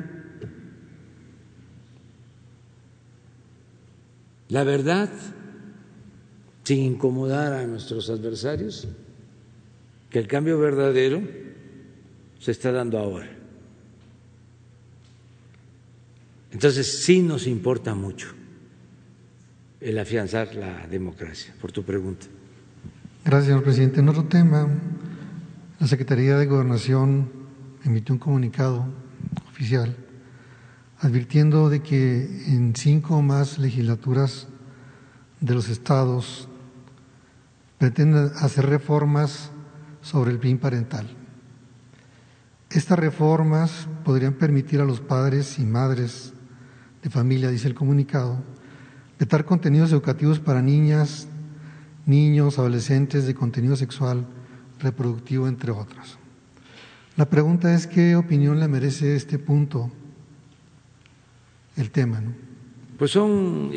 La verdad, sin incomodar a nuestros adversarios, que el cambio verdadero se está dando ahora. Entonces sí nos importa mucho el afianzar la democracia. Por tu pregunta. Gracias, señor presidente. En otro tema, la Secretaría de Gobernación emitió un comunicado oficial advirtiendo de que en 5 o más legislaturas de los estados pretenden hacer reformas sobre el PIN parental. Estas reformas podrían permitir a los padres y madres de familia, dice el comunicado, vetar contenidos educativos para niñas, niños, adolescentes de contenido sexual, reproductivo, entre otros. La pregunta es, ¿qué opinión le merece este punto, el tema, ¿no? Pues son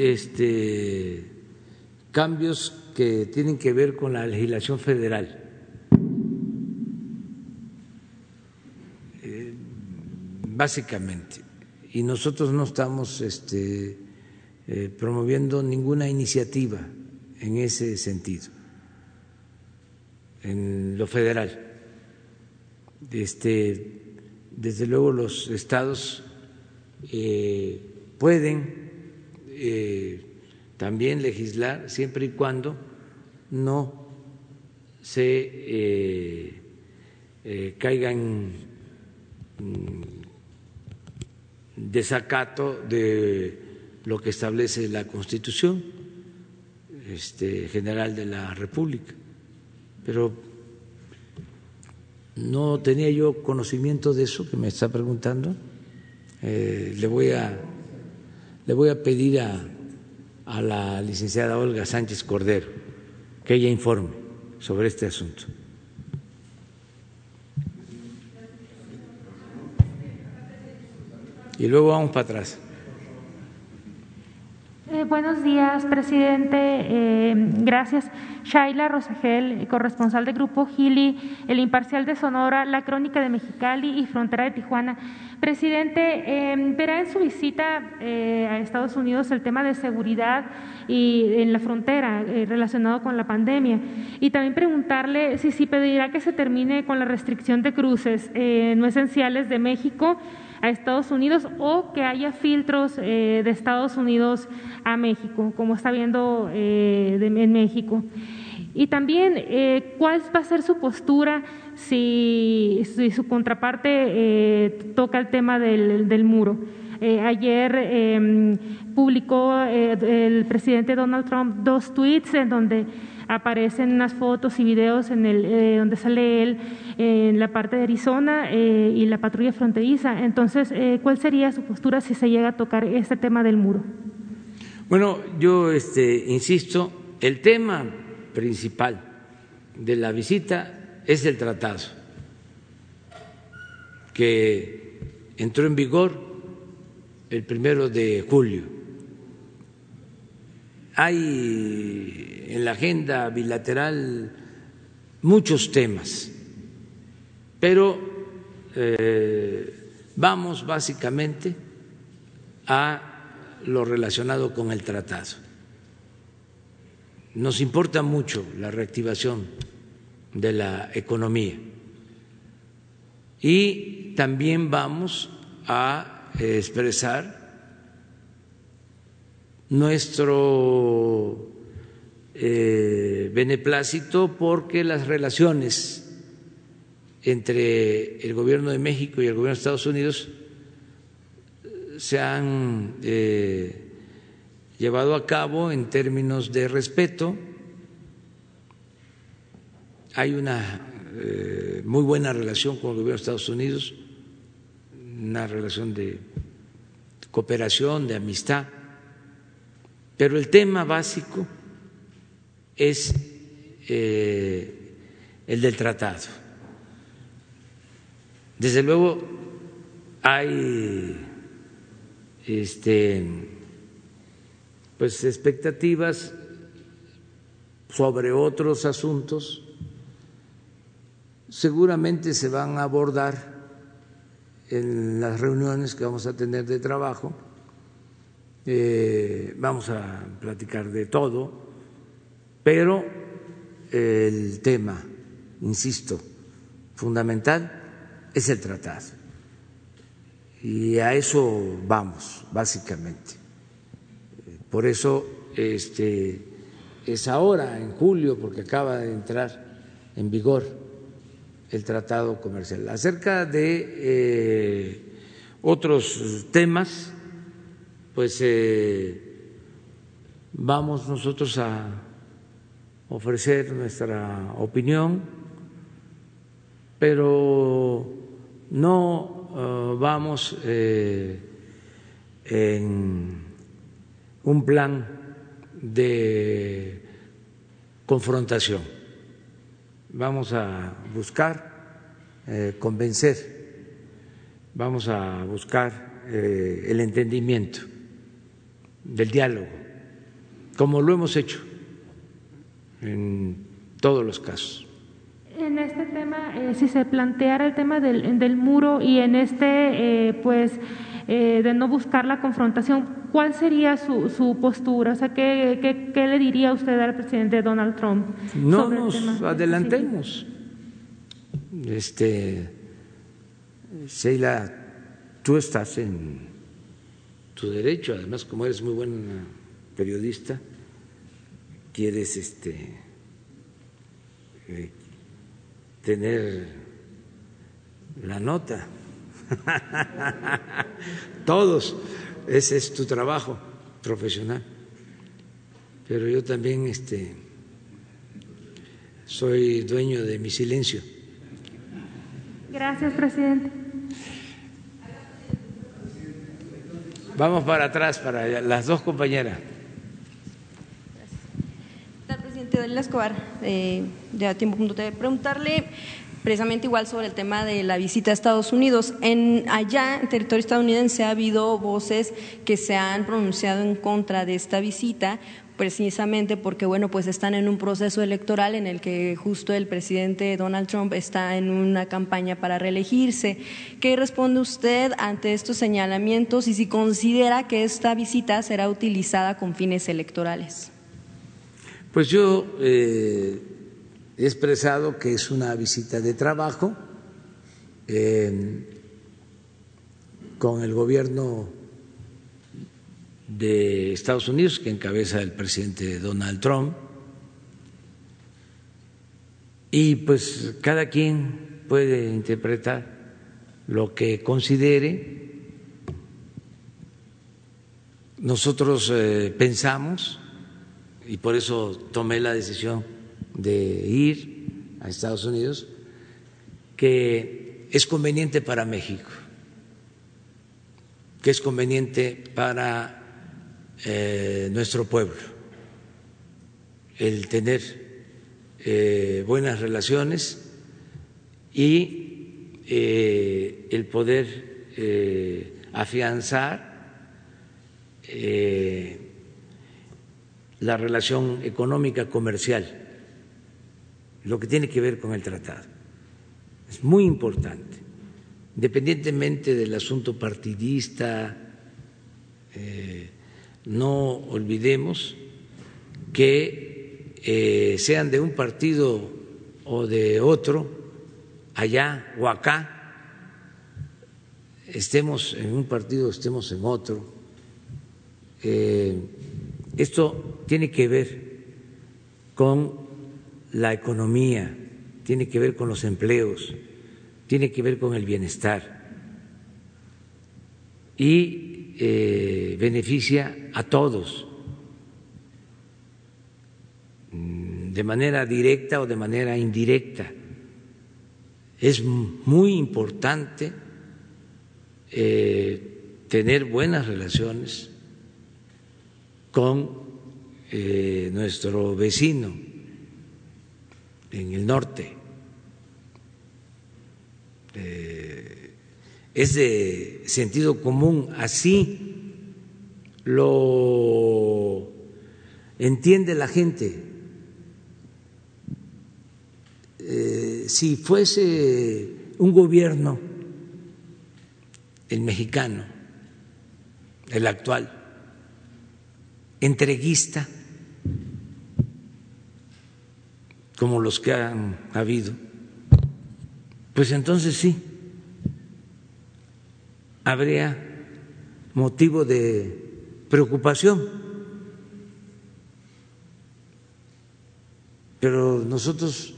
cambios que tienen que ver con la legislación federal. Básicamente, y nosotros no estamos promoviendo ninguna iniciativa en ese sentido, en lo federal. Desde luego los estados pueden también legislar siempre y cuando no se caigan desacato de lo que establece la Constitución General de la República. Pero no tenía yo conocimiento de eso que me está preguntando. Le voy a pedir a la licenciada Olga Sánchez Cordero que ella informe sobre este asunto. Y luego vamos para atrás. Buenos días, presidente. Gracias. Shaila Rosagel, corresponsal de Grupo Gili, El Imparcial de Sonora, La Crónica de Mexicali y Frontera de Tijuana. Presidente, verá en su visita a Estados Unidos el tema de seguridad y en la frontera relacionado con la pandemia. Y también preguntarle si pedirá que se termine con la restricción de cruces no esenciales de México a Estados Unidos o que haya filtros de Estados Unidos a México, como está viendo en México. Y también, ¿cuál va a ser su postura si su contraparte toca el tema del muro? Ayer publicó el presidente Donald Trump 2 tweets en donde aparecen unas fotos y videos donde sale él en la parte de Arizona y la patrulla fronteriza. Entonces, ¿cuál sería su postura si se llega a tocar este tema del muro? Bueno, yo insisto, el tema principal de la visita es el tratado que entró en vigor el 1 de julio. Hay en la agenda bilateral muchos temas, pero vamos básicamente a lo relacionado con el tratado. Nos importa mucho la reactivación de la economía y también vamos a expresar nuestro beneplácito porque las relaciones entre el Gobierno de México y el Gobierno de Estados Unidos se han llevado a cabo en términos de respeto. Hay una muy buena relación con el Gobierno de Estados Unidos, una relación de cooperación, de amistad, pero el tema básico es el del tratado. Desde luego hay pues expectativas sobre otros asuntos, seguramente se van a abordar en las reuniones que vamos a tener de trabajo. Vamos a platicar de todo, pero el tema, insisto, fundamental es el tratado y a eso vamos básicamente. Por eso es ahora, en julio, porque acaba de entrar en vigor el tratado comercial. Acerca de otros temas, pues vamos nosotros a ofrecer nuestra opinión, pero no vamos en un plan de confrontación. Vamos a buscar convencer, vamos a buscar el entendimiento del diálogo, como lo hemos hecho en todos los casos. En este tema, si se planteara el tema del muro y en de no buscar la confrontación, ¿cuál sería su postura? O sea, ¿qué le diría usted al presidente Donald Trump? No nos adelantemos. Sheila, tú estás en tu derecho, además, como eres muy buena periodista, quieres tener la nota. Todos, ese es tu trabajo profesional. Pero yo también soy dueño de mi silencio. Gracias, presidente. Vamos para atrás, para las dos compañeras. Presidente Dalila Escobar, ya tiempo punto de preguntarle precisamente igual sobre el tema de la visita a Estados Unidos. Allá en territorio estadounidense ha habido voces que se han pronunciado en contra de esta visita, precisamente porque pues están en un proceso electoral en el que justo el presidente Donald Trump está en una campaña para reelegirse. ¿Qué responde usted ante estos señalamientos y si considera que esta visita será utilizada con fines electorales? Pues yo he expresado que es una visita de trabajo con el gobierno de Estados Unidos, que encabeza el presidente Donald Trump, y pues cada quien puede interpretar lo que considere. Nosotros pensamos, y por eso tomé la decisión de ir a Estados Unidos, que es conveniente para México, que es conveniente para nuestro pueblo el tener buenas relaciones y el poder afianzar la relación económica comercial, lo que tiene que ver con el tratado. Es muy importante, independientemente del asunto partidista. No olvidemos que sean de un partido o de otro, allá o acá, estemos en un partido o estemos en otro, esto tiene que ver con la economía, tiene que ver con los empleos, tiene que ver con el bienestar y beneficia a todos de manera directa o de manera indirecta. Es muy importante tener buenas relaciones con nuestro vecino en el norte. Es de sentido común, así lo entiende la gente. Si fuese un gobierno, el mexicano, el actual, entreguista, como los que han habido, pues entonces sí, habría motivo de preocupación, pero nosotros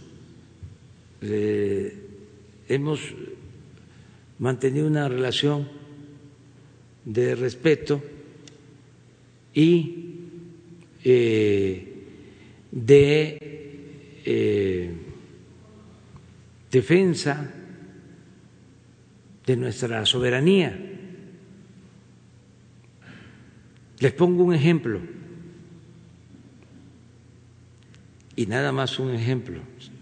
hemos mantenido una relación de respeto y de defensa de nuestra soberanía. Les pongo un ejemplo, y nada más un ejemplo.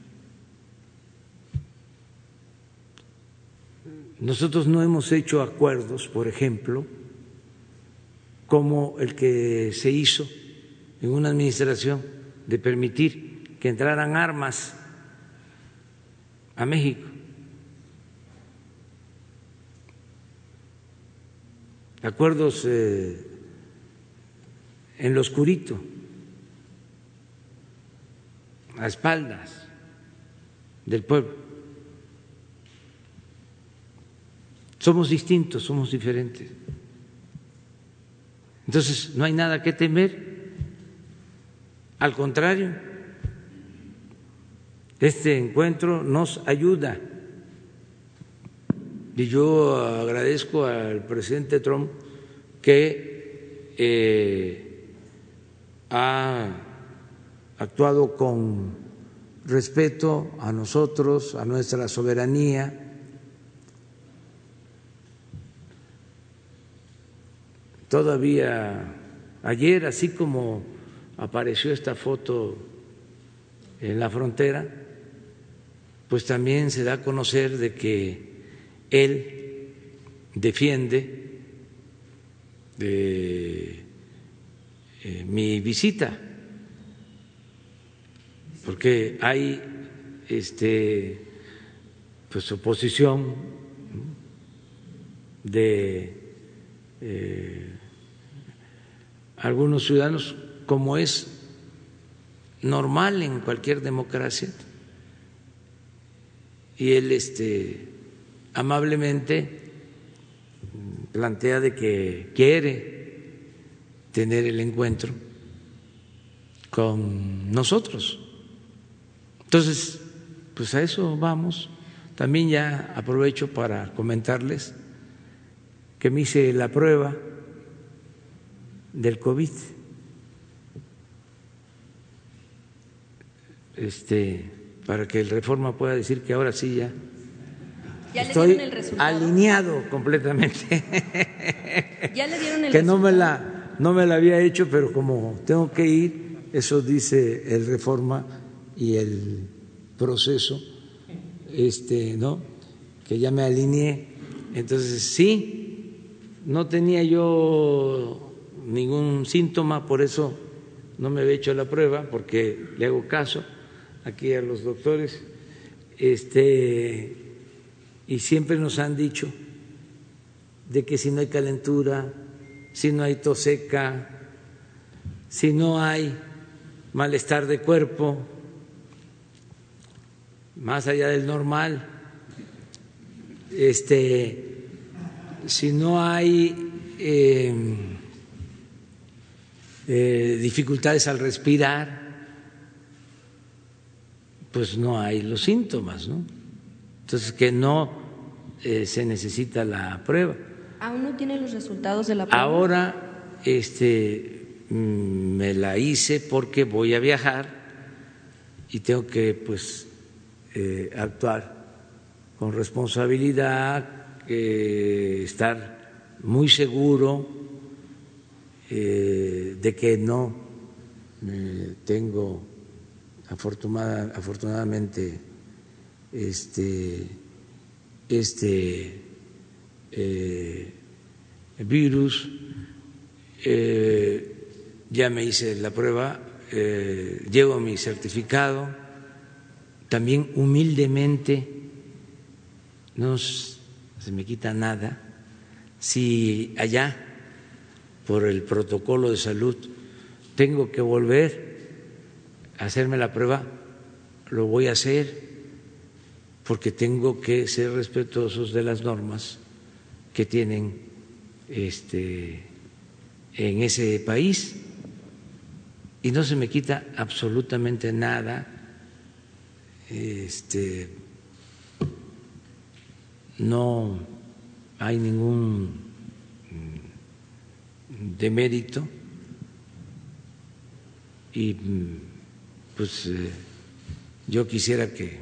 Nosotros no hemos hecho acuerdos, por ejemplo, como el que se hizo en una administración de permitir que entraran armas a México. Acuerdos en lo oscurito, a espaldas del pueblo. Somos distintos, somos diferentes. Entonces, no hay nada que temer. Al contrario, este encuentro nos ayuda. Y yo agradezco al presidente Trump que ha actuado con respeto a nosotros, a nuestra soberanía. Todavía ayer, así como apareció esta foto en la frontera, pues también se da a conocer de que él defiende mi visita, porque hay pues oposición de algunos ciudadanos, como es normal en cualquier democracia, y él amablemente plantea de que quiere tener el encuentro con nosotros. Entonces, pues a eso vamos. También ya aprovecho para comentarles que me hice la prueba del COVID. Para que el Reforma pueda decir que ahora sí ya estoy alineado completamente. Ya le dieron el que resultado. no me la había hecho, pero como tengo que ir, eso dice el Reforma y el proceso, ¿no? Que ya me alineé. Entonces sí, no tenía yo ningún síntoma, por eso no me había hecho la prueba, porque le hago caso aquí a los doctores, y siempre nos han dicho de que si no hay calentura, si no hay tos seca, si no hay malestar de cuerpo más allá del normal, si no hay dificultades al respirar, pues no hay los síntomas, ¿no? Entonces, que no se necesita la prueba. ¿Aún no tiene los resultados de la prueba? Ahora me la hice porque voy a viajar y tengo que pues actuar con responsabilidad, estar muy seguro de que no tengo afortunadamente virus. Ya me hice la prueba, llevo mi certificado. También humildemente no se me quita nada. Si allá, por el protocolo de salud, tengo que volver a hacerme la prueba, lo voy a hacer, porque tengo que ser respetuosos de las normas que tienen en ese país, y no se me quita absolutamente nada no hay ningún demérito y pues yo quisiera que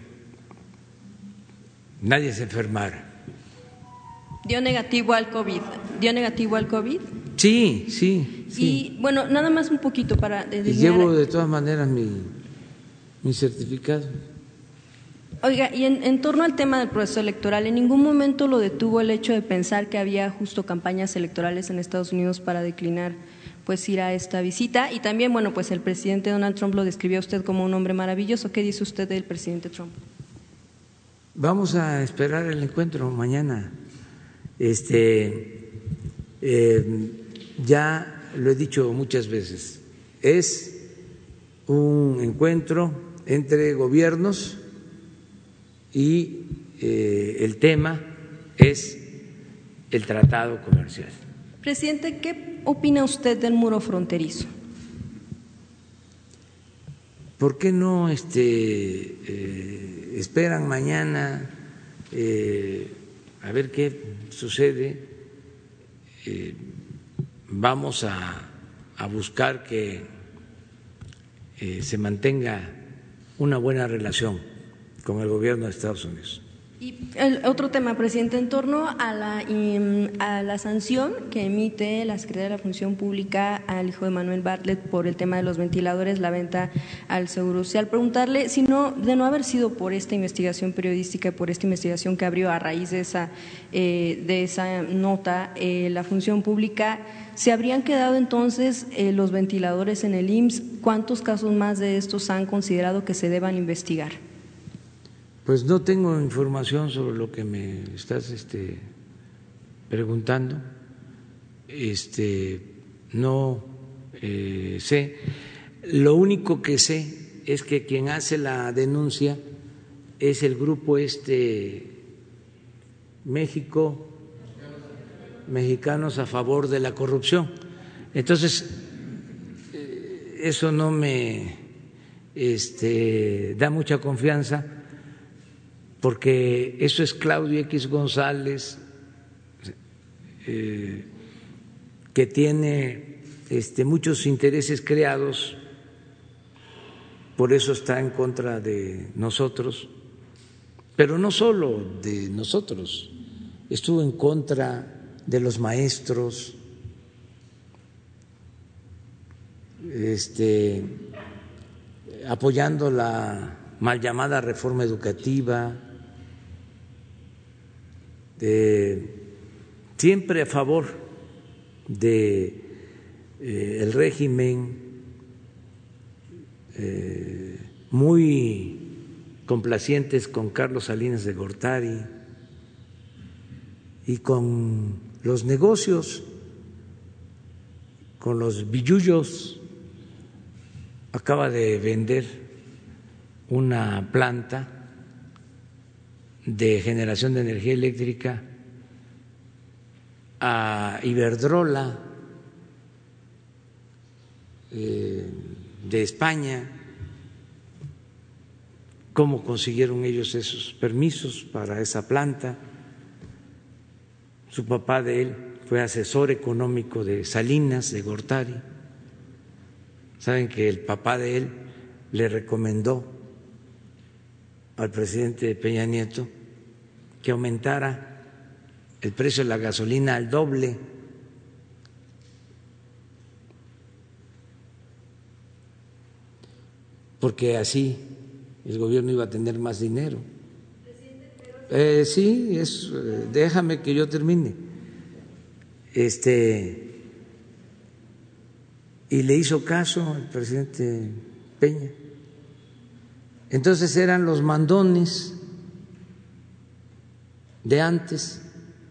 nadie se enfermara. ¿Dio negativo al COVID? ¿Dio negativo al COVID? Sí, sí, sí. Y bueno, nada más un poquito para y llevo de todas maneras mi certificado. Oiga, y en torno al tema del proceso electoral, ¿en ningún momento lo detuvo el hecho de pensar que había justo campañas electorales en Estados Unidos para declinar pues ir a esta visita? Y también, bueno, pues el presidente Donald Trump lo describió a usted como un hombre maravilloso. ¿Qué dice usted del presidente Trump? Vamos a esperar el encuentro mañana. Ya lo he dicho muchas veces, es un encuentro entre gobiernos y el tema es el tratado comercial. Presidente, ¿qué opina usted del muro fronterizo? ¿Por qué no esperan mañana a ver qué sucede? Vamos a buscar que se mantenga una buena relación con el gobierno de Estados Unidos. Y otro tema, presidente, en torno a la sanción que emite la Secretaría de la Función Pública al hijo de Manuel Bartlett por el tema de los ventiladores, la venta al Seguro Social. Preguntarle si no, de no haber sido por esta investigación periodística, por esta investigación que abrió a raíz de esa nota, la Función Pública, ¿se habrían quedado entonces los ventiladores en el IMSS? ¿Cuántos casos más de estos han considerado que se deban investigar? Pues no tengo información sobre lo que me estás preguntando. No sé. Lo único que sé es que quien hace la denuncia es el grupo México, Mexicanos a Favor de la Corrupción. Entonces, eso no me da mucha confianza, porque eso es Claudio X González, que tiene muchos intereses creados, por eso está en contra de nosotros, pero no solo de nosotros, estuvo en contra de los maestros, apoyando la mal llamada reforma educativa, siempre a favor de el régimen, muy complacientes con Carlos Salinas de Gortari y con los negocios, con los billullos. Acaba de vender una planta de generación de energía eléctrica a Iberdrola de España. ¿Cómo consiguieron ellos esos permisos para esa planta? Su papá de él fue asesor económico de Salinas de Gortari. Saben que el papá de él le recomendó al presidente Peña Nieto que aumentara el precio de la gasolina al doble, porque así el gobierno iba a tener más dinero. Sí, déjame que yo termine. Y le hizo caso al presidente Peña. Entonces eran los mandones de antes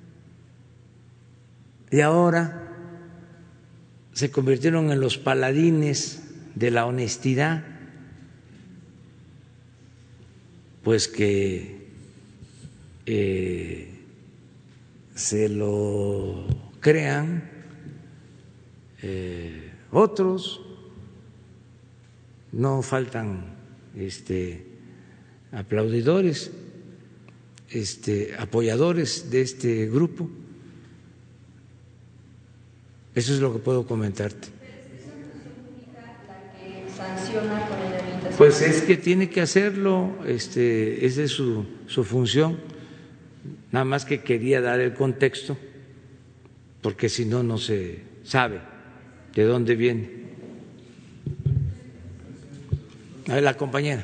y ahora se convirtieron en los paladines de la honestidad, pues que se lo crean otros. No faltan aplaudidores, apoyadores de este grupo. Eso es lo que puedo comentarte. Pues es que tiene que hacerlo, esa es su función. Nada más que quería dar el contexto, porque si no, no se sabe de dónde viene. A ver, la compañera.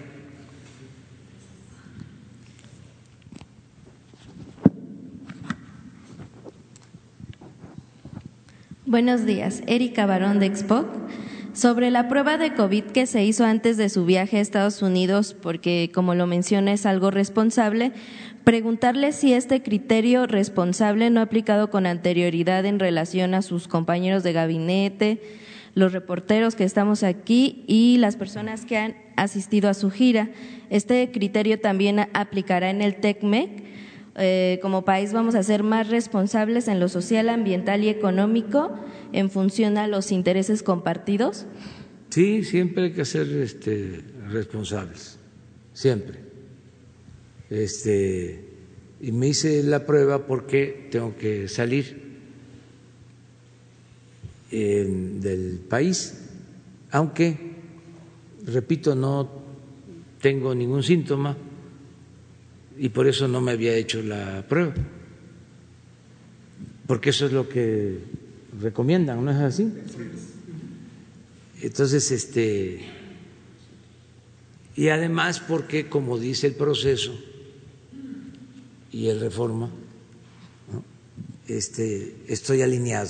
Buenos días, Erika Barón de Expo. Sobre la prueba de COVID que se hizo antes de su viaje a Estados Unidos, porque como lo menciona es algo responsable, preguntarle si este criterio responsable no ha aplicado con anterioridad en relación a sus compañeros de gabinete, los reporteros que estamos aquí y las personas que han asistido a su gira. Este criterio también aplicará en el TECMEC. Como país vamos a ser más responsables en lo social, ambiental y económico en función a los intereses compartidos. Sí, siempre hay que ser responsables, siempre. Y me hice la prueba porque tengo que salir del país, aunque, repito, no tengo ningún síntoma y por eso no me había hecho la prueba, porque eso es lo que recomiendan, ¿no es así? Entonces, y además porque, como dice el proceso y el Reforma, ¿no? Estoy alineado.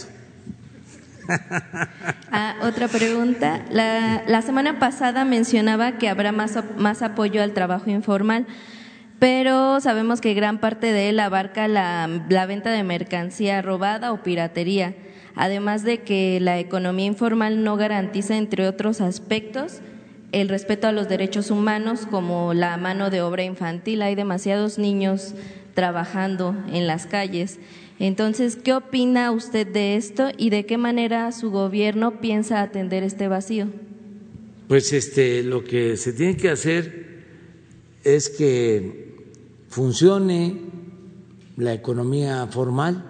Otra pregunta. La semana pasada mencionaba que habrá más apoyo al trabajo informal, pero sabemos que gran parte de él abarca la venta de mercancía robada o piratería, además de que la economía informal no garantiza, entre otros aspectos, el respeto a los derechos humanos como la mano de obra infantil. Hay demasiados niños trabajando en las calles. Entonces, ¿qué opina usted de esto y de qué manera su gobierno piensa atender este vacío? Pues lo que se tiene que hacer es que funcione la economía formal,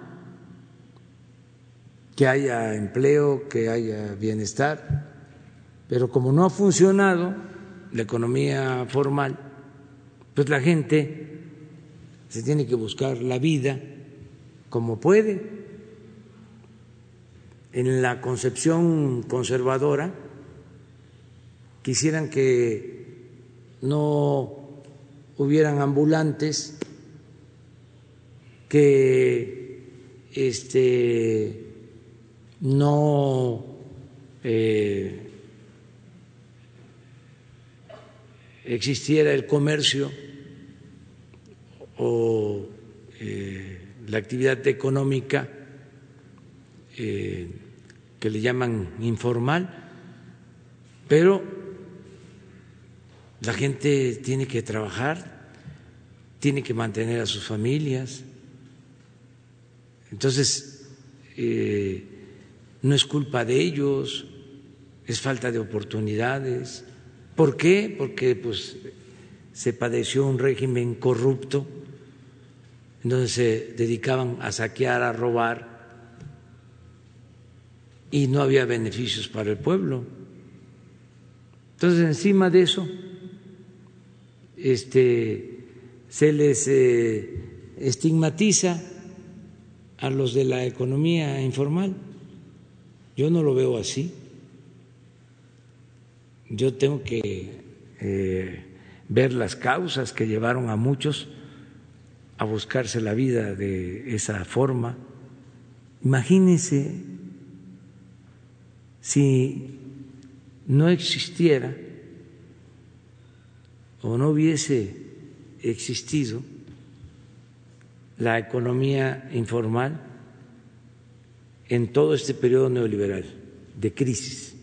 que haya empleo, que haya bienestar, pero como no ha funcionado la economía formal, pues la gente se tiene que buscar la vida como puede. En la concepción conservadora quisieran que no hubieran ambulantes, que no existiera el comercio o la actividad económica que le llaman informal, pero la gente tiene que trabajar, tiene que mantener a sus familias. Entonces, no es culpa de ellos, es falta de oportunidades. ¿Por qué? Porque pues se padeció un régimen corrupto en donde se dedicaban a saquear, a robar y no había beneficios para el pueblo. Entonces, encima de eso, se les estigmatiza a los de la economía informal. Yo no lo veo así. Yo tengo que ver las causas que llevaron a muchos a buscarse la vida de esa forma. Imagínense si no existiera o no hubiese existido la economía informal en todo este periodo neoliberal de crisis,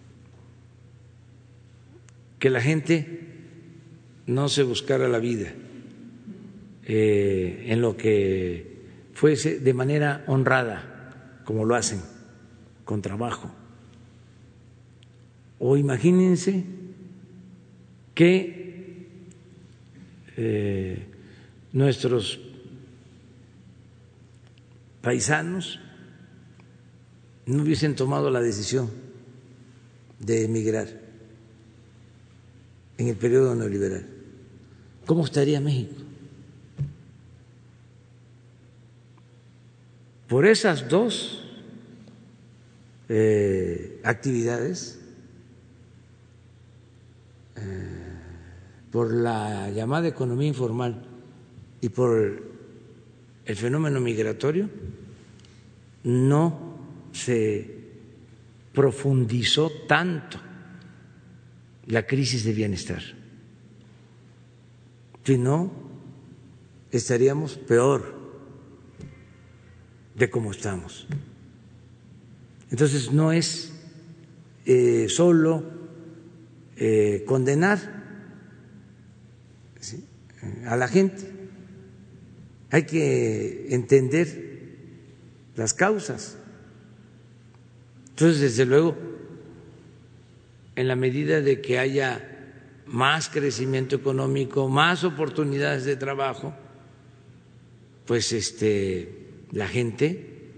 que la gente no se buscara la vida en lo que fuese de manera honrada, como lo hacen, con trabajo. O imagínense que nuestros paisanos no hubiesen tomado la decisión de emigrar en el periodo neoliberal, ¿cómo estaría México? Por esas dos actividades, por la llamada economía informal y por el fenómeno migratorio, no se profundizó tanto la crisis de bienestar. Si no, estaríamos peor de cómo estamos. Entonces, no es solo condenar a la gente, hay que entender las causas. Entonces, desde luego, en la medida de que haya más crecimiento económico, más oportunidades de trabajo, pues la gente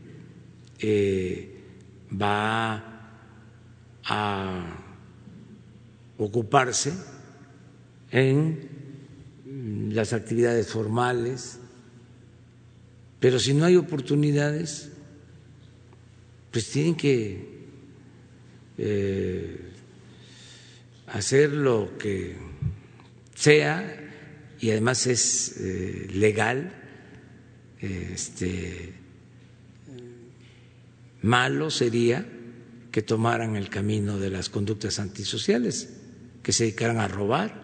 va a ocuparse en las actividades formales, pero si no hay oportunidades, pues tienen que hacer lo que sea, y además es legal. Malo sería que tomaran el camino de las conductas antisociales, que se dedicaran a robar.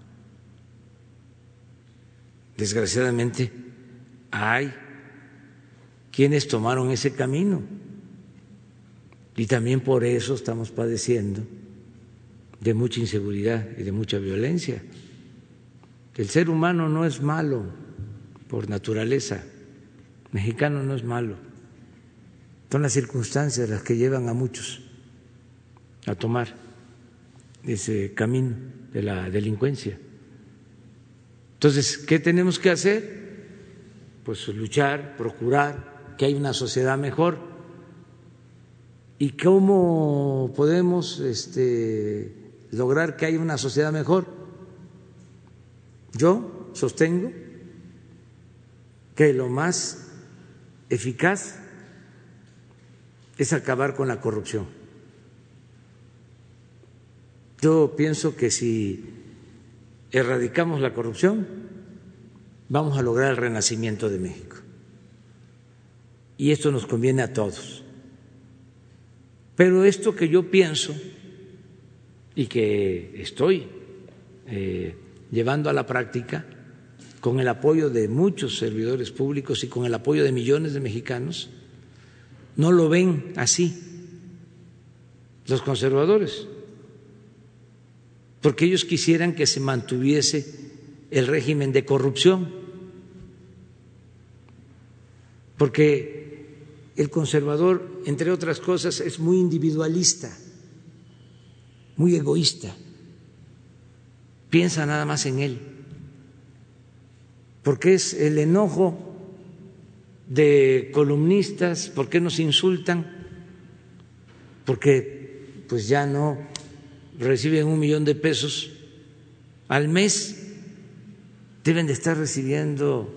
Desgraciadamente hay quienes tomaron ese camino y también por eso estamos padeciendo de mucha inseguridad y de mucha violencia. El ser humano no es malo por naturaleza, el mexicano no es malo, son las circunstancias las que llevan a muchos a tomar ese camino de la delincuencia. Entonces, ¿qué tenemos que hacer? Pues luchar, procurar que haya una sociedad mejor. ¿Y cómo podemos lograr que haya una sociedad mejor? Yo sostengo que lo más eficaz es acabar con la corrupción. Yo pienso que si erradicamos la corrupción, vamos a lograr el renacimiento de México. Y esto nos conviene a todos. Pero esto que yo pienso y que estoy llevando a la práctica, con el apoyo de muchos servidores públicos y con el apoyo de millones de mexicanos, no lo ven así los conservadores, porque ellos quisieran que se mantuviese el régimen de corrupción, porque el conservador, entre otras cosas, es muy individualista, muy egoísta, piensa nada más en él, porque es el enojo de columnistas, ¿por qué nos insultan? Porque pues ya no reciben $1 millón al mes, deben de estar recibiendo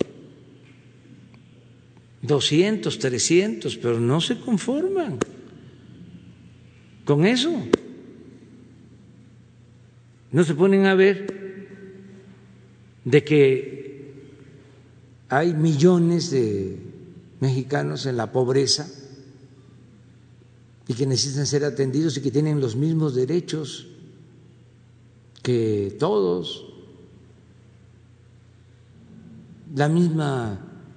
200, 300, pero no se conforman con eso. No se ponen a ver de que hay millones de mexicanos en la pobreza y que necesitan ser atendidos y que tienen los mismos derechos que todos, la misma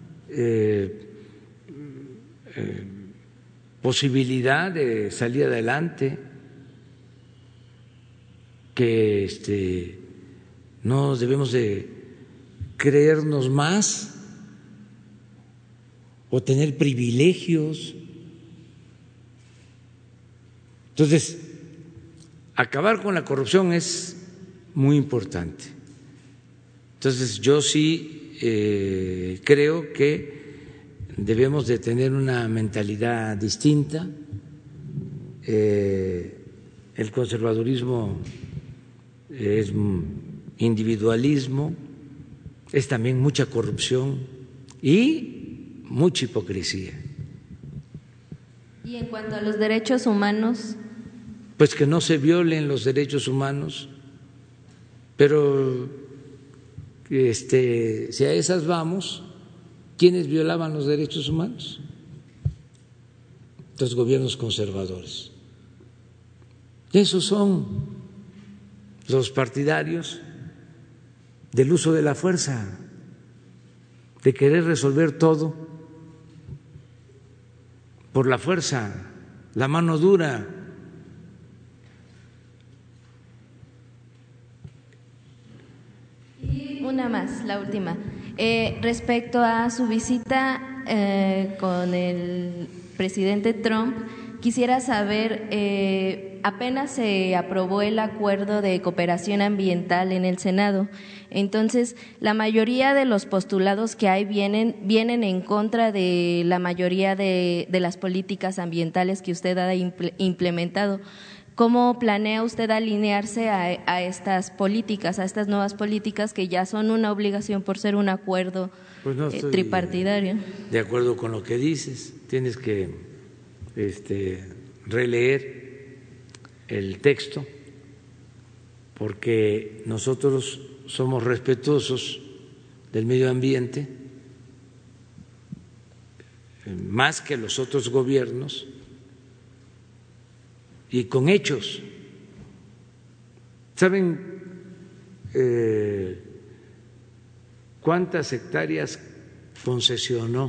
posibilidad de salir adelante, que no debemos de creernos más o tener privilegios. Entonces, acabar con la corrupción es muy importante. Entonces yo sí creo que debemos de tener una mentalidad distinta. El conservadurismo es individualismo, es también mucha corrupción y mucha hipocresía. Y en cuanto a los derechos humanos, pues que no se violen los derechos humanos, pero si a esas vamos, ¿quiénes violaban los derechos humanos? Los gobiernos conservadores. Esos son los partidarios del uso de la fuerza, de querer resolver todo por la fuerza, la mano dura. Y una más, la última. Respecto a su visita con el presidente Trump, quisiera saber, apenas se aprobó el acuerdo de cooperación ambiental en el Senado. Entonces, la mayoría de los postulados que hay vienen en contra de la mayoría de las políticas ambientales que usted ha implementado. ¿Cómo planea usted alinearse a estas políticas, a estas nuevas políticas que ya son una obligación por ser un acuerdo pues no estoy tripartidario? De acuerdo con lo que dices, tienes que releer el texto, porque nosotros somos respetuosos del medio ambiente más que los otros gobiernos, y con hechos. ¿Saben cuántas hectáreas concesionó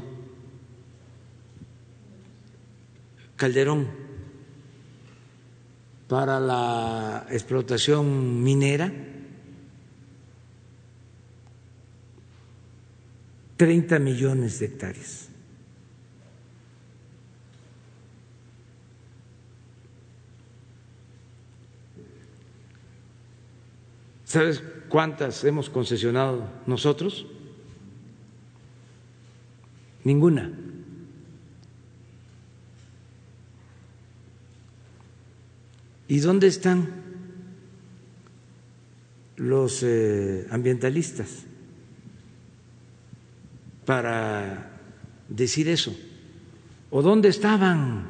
Calderón para la explotación minera? 30 millones de hectáreas. ¿Sabes cuántas hemos concesionado nosotros? Ninguna. ¿Y dónde están los ambientalistas para decir eso? ¿O dónde estaban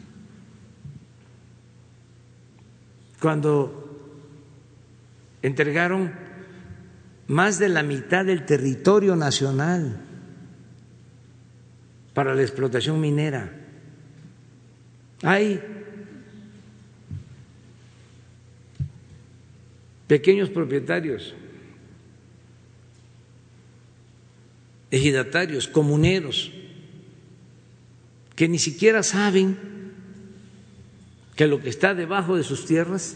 cuando entregaron más de la mitad del territorio nacional para la explotación minera? Hay pequeños propietarios, ejidatarios, comuneros, que ni siquiera saben que lo que está debajo de sus tierras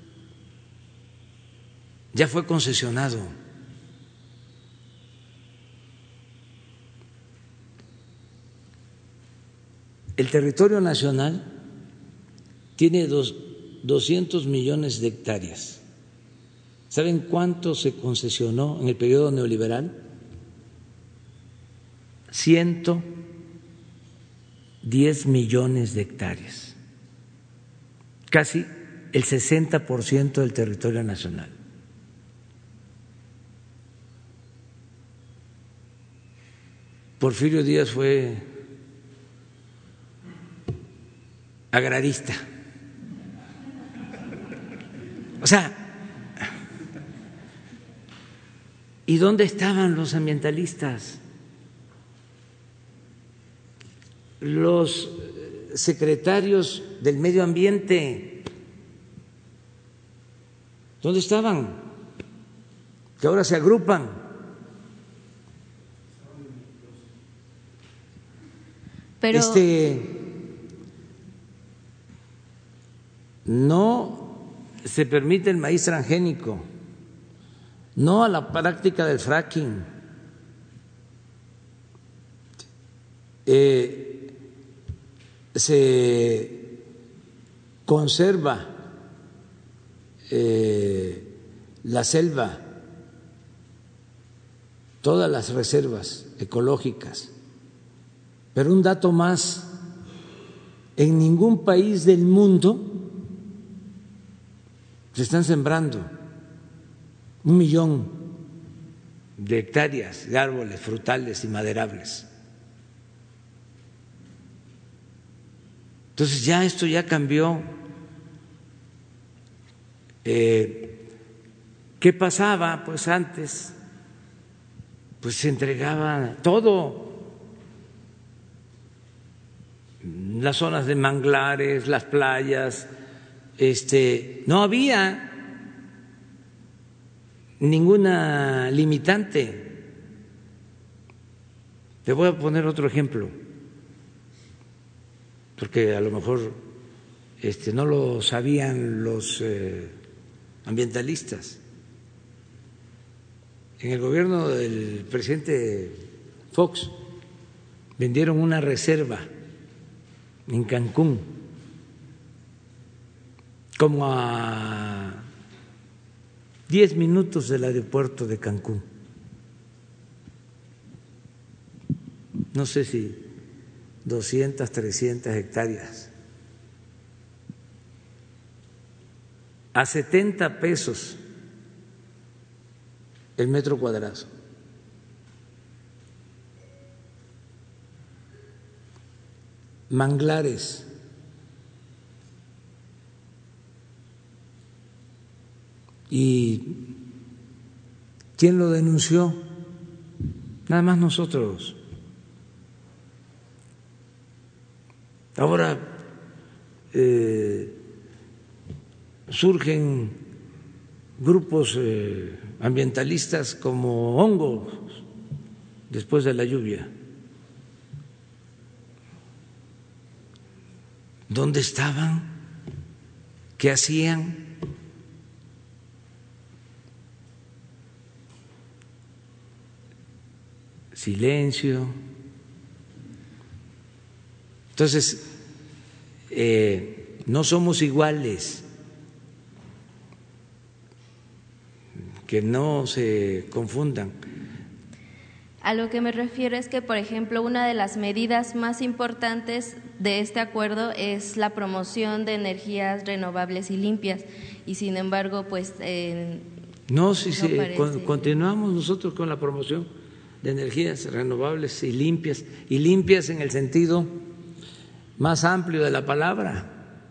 ya fue concesionado. El territorio nacional tiene 200 millones de hectáreas. ¿Saben cuánto se concesionó en el periodo neoliberal? 110 millones de hectáreas, casi el 60% del territorio nacional. Porfirio Díaz fue agrarista. O sea, ¿y dónde estaban los ambientalistas? Los secretarios del medio ambiente, ¿dónde estaban? Que ahora se agrupan. Pero no se permite el maíz transgénico, no a la práctica del fracking. Se conserva la selva, todas las reservas ecológicas. Pero un dato más, en ningún país del mundo se están sembrando 1 millón de hectáreas de árboles frutales y maderables. Entonces ya esto ya cambió. ¿Qué pasaba? Pues antes pues se entregaba todo, las zonas de manglares, las playas, no había ninguna limitante. Te voy a poner otro ejemplo, porque a lo mejor no lo sabían los ambientalistas. En el gobierno del presidente Fox vendieron una reserva en Cancún, como a 10 minutos del aeropuerto de Cancún. No sé si 200, 300 hectáreas. A 70 pesos el metro cuadrado. Manglares. ¿Y quién lo denunció? Nada más nosotros. Ahora surgen grupos ambientalistas como hongos después de la lluvia. ¿Dónde estaban? ¿Qué hacían? Silencio. Entonces, no somos iguales, que no se confundan. A lo que me refiero es que, por ejemplo, una de las medidas más importantes de este acuerdo es la promoción de energías renovables y limpias, y sin embargo, pues… continuamos nosotros con la promoción de energías renovables y limpias en el sentido más amplio de la palabra,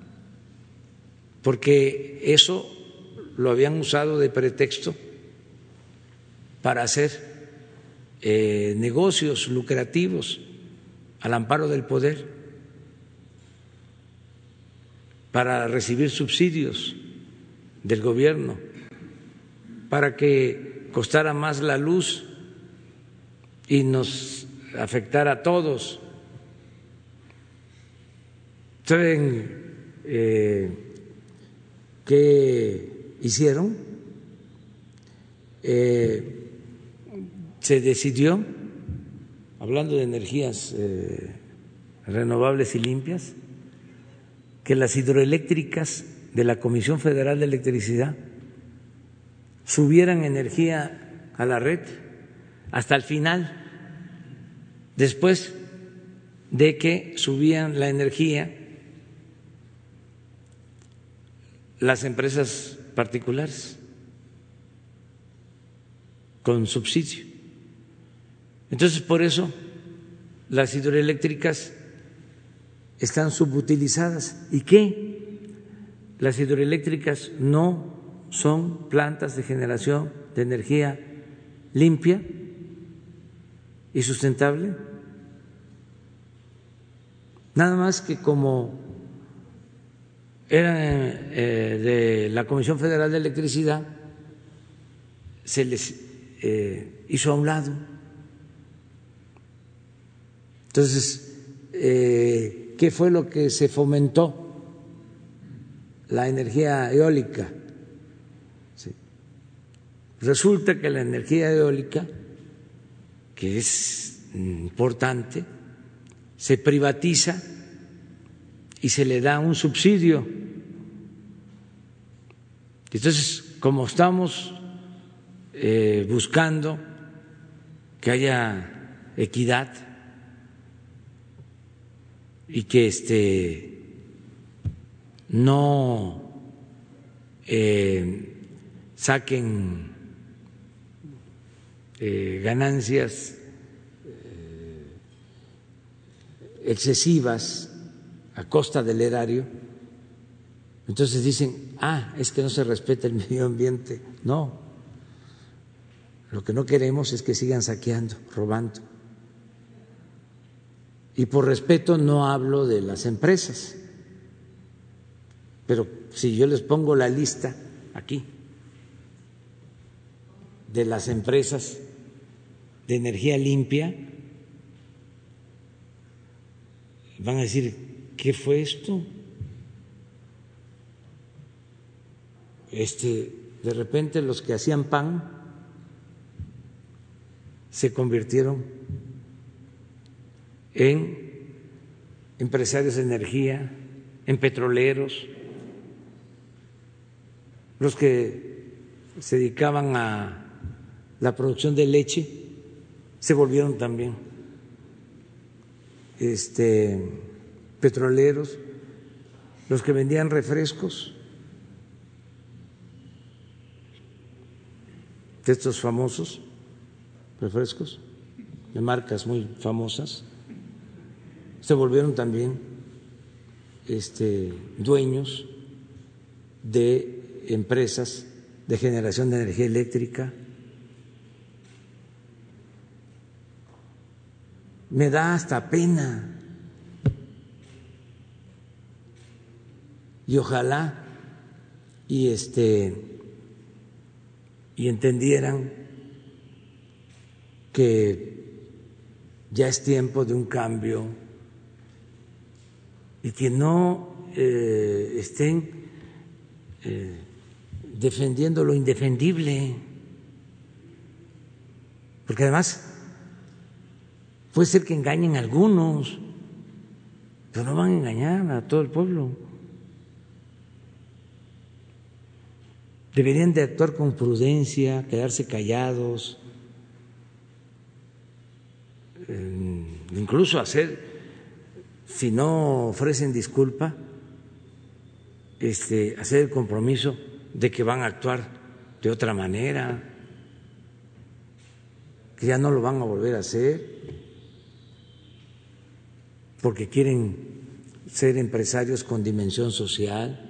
porque eso lo habían usado de pretexto para hacer negocios lucrativos al amparo del poder, para recibir subsidios del gobierno, para que costara más la luz y nos afectara a todos. ¿Saben qué hicieron? Se decidió, hablando de energías renovables y limpias, que las hidroeléctricas de la Comisión Federal de Electricidad subieran energía a la red hasta el final, después de que subían la energía las empresas particulares con subsidio. Entonces, por eso las hidroeléctricas están subutilizadas. ¿Y qué? Las hidroeléctricas no son plantas de generación de energía limpia y sustentable. Nada más que como eran de la Comisión Federal de Electricidad, se les hizo a un lado. Entonces, ¿qué fue lo que se fomentó? La energía eólica. Sí. Resulta que la energía eólica, que es importante, se privatiza y se le da un subsidio. Entonces, como estamos buscando que haya equidad y que no saquen ganancias excesivas a costa del erario. Entonces dicen, es que no se respeta el medio ambiente. No, lo que no queremos es que sigan saqueando, robando. Y por respeto no hablo de las empresas, pero si yo les pongo la lista aquí de las empresas de energía limpia, van a decir, ¿qué fue esto? De repente los que hacían pan se convirtieron en empresarios de energía, en petroleros, los que se dedicaban a la producción de leche se volvieron también petroleros, los que vendían refrescos, de estos famosos refrescos de marcas muy famosas, se volvieron también dueños de empresas de generación de energía eléctrica. Me da hasta pena y ojalá y entendieran que ya es tiempo de un cambio y que no estén defendiendo lo indefendible, porque además puede ser que engañen a algunos, pero no van a engañar a todo el pueblo. Deberían de actuar con prudencia, quedarse callados, incluso hacer, si no ofrecen disculpa, hacer el compromiso de que van a actuar de otra manera, que ya no lo van a volver a hacer, porque quieren ser empresarios con dimensión social.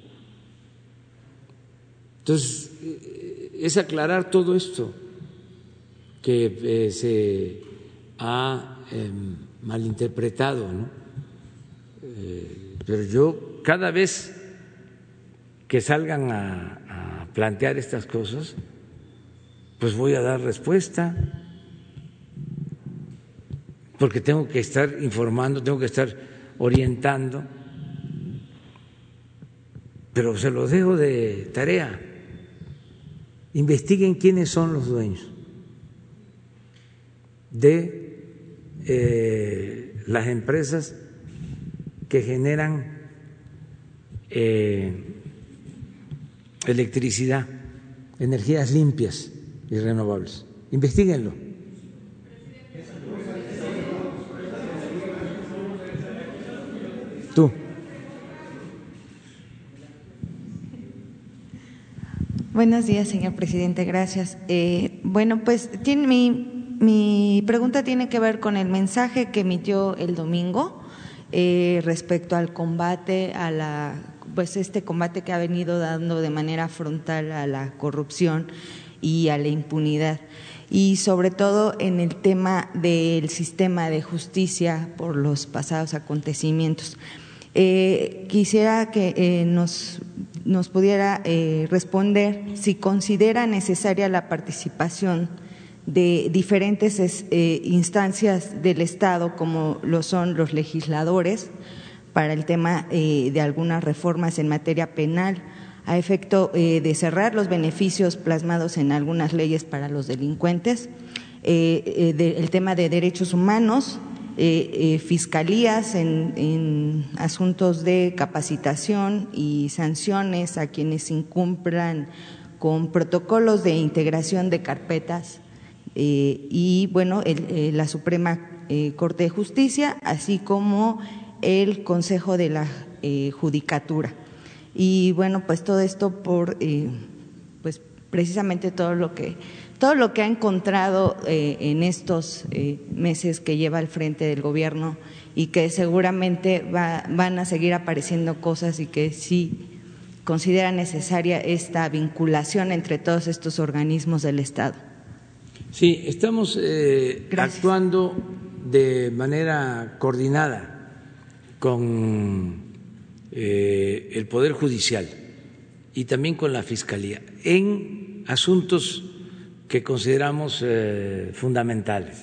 Entonces, es aclarar todo esto que se ha malinterpretado, ¿no? Pero yo cada vez que salgan a plantear estas cosas, pues voy a dar respuesta, porque tengo que estar informando, tengo que estar orientando, pero se los dejo de tarea. Investiguen quiénes son los dueños de las empresas que generan electricidad, energías limpias y renovables. Investíguenlo. Tú. Buenos días, señor presidente. Gracias. Bueno, pues mi pregunta tiene que ver con el mensaje que emitió el domingo respecto al combate este combate que ha venido dando de manera frontal a la corrupción y a la impunidad, y sobre todo en el tema del sistema de justicia por los pasados acontecimientos. Quisiera que nos pudiera responder si considera necesaria la participación de diferentes instancias del Estado, como lo son los legisladores, para el tema de algunas reformas en materia penal, a efecto de cerrar los beneficios plasmados en algunas leyes para los delincuentes, el tema de derechos humanos, fiscalías en asuntos de capacitación y sanciones a quienes incumplan con protocolos de integración de carpetas y bueno, la Suprema Corte de Justicia, así como el Consejo de la Judicatura. Y bueno, pues todo esto por pues precisamente todo lo que ha encontrado en estos meses que lleva al frente del gobierno, y que seguramente van a seguir apareciendo cosas, y que sí considera necesaria esta vinculación entre todos estos organismos del Estado. Sí, estamos actuando de manera coordinada con el Poder Judicial y también con la Fiscalía en asuntos que consideramos fundamentales.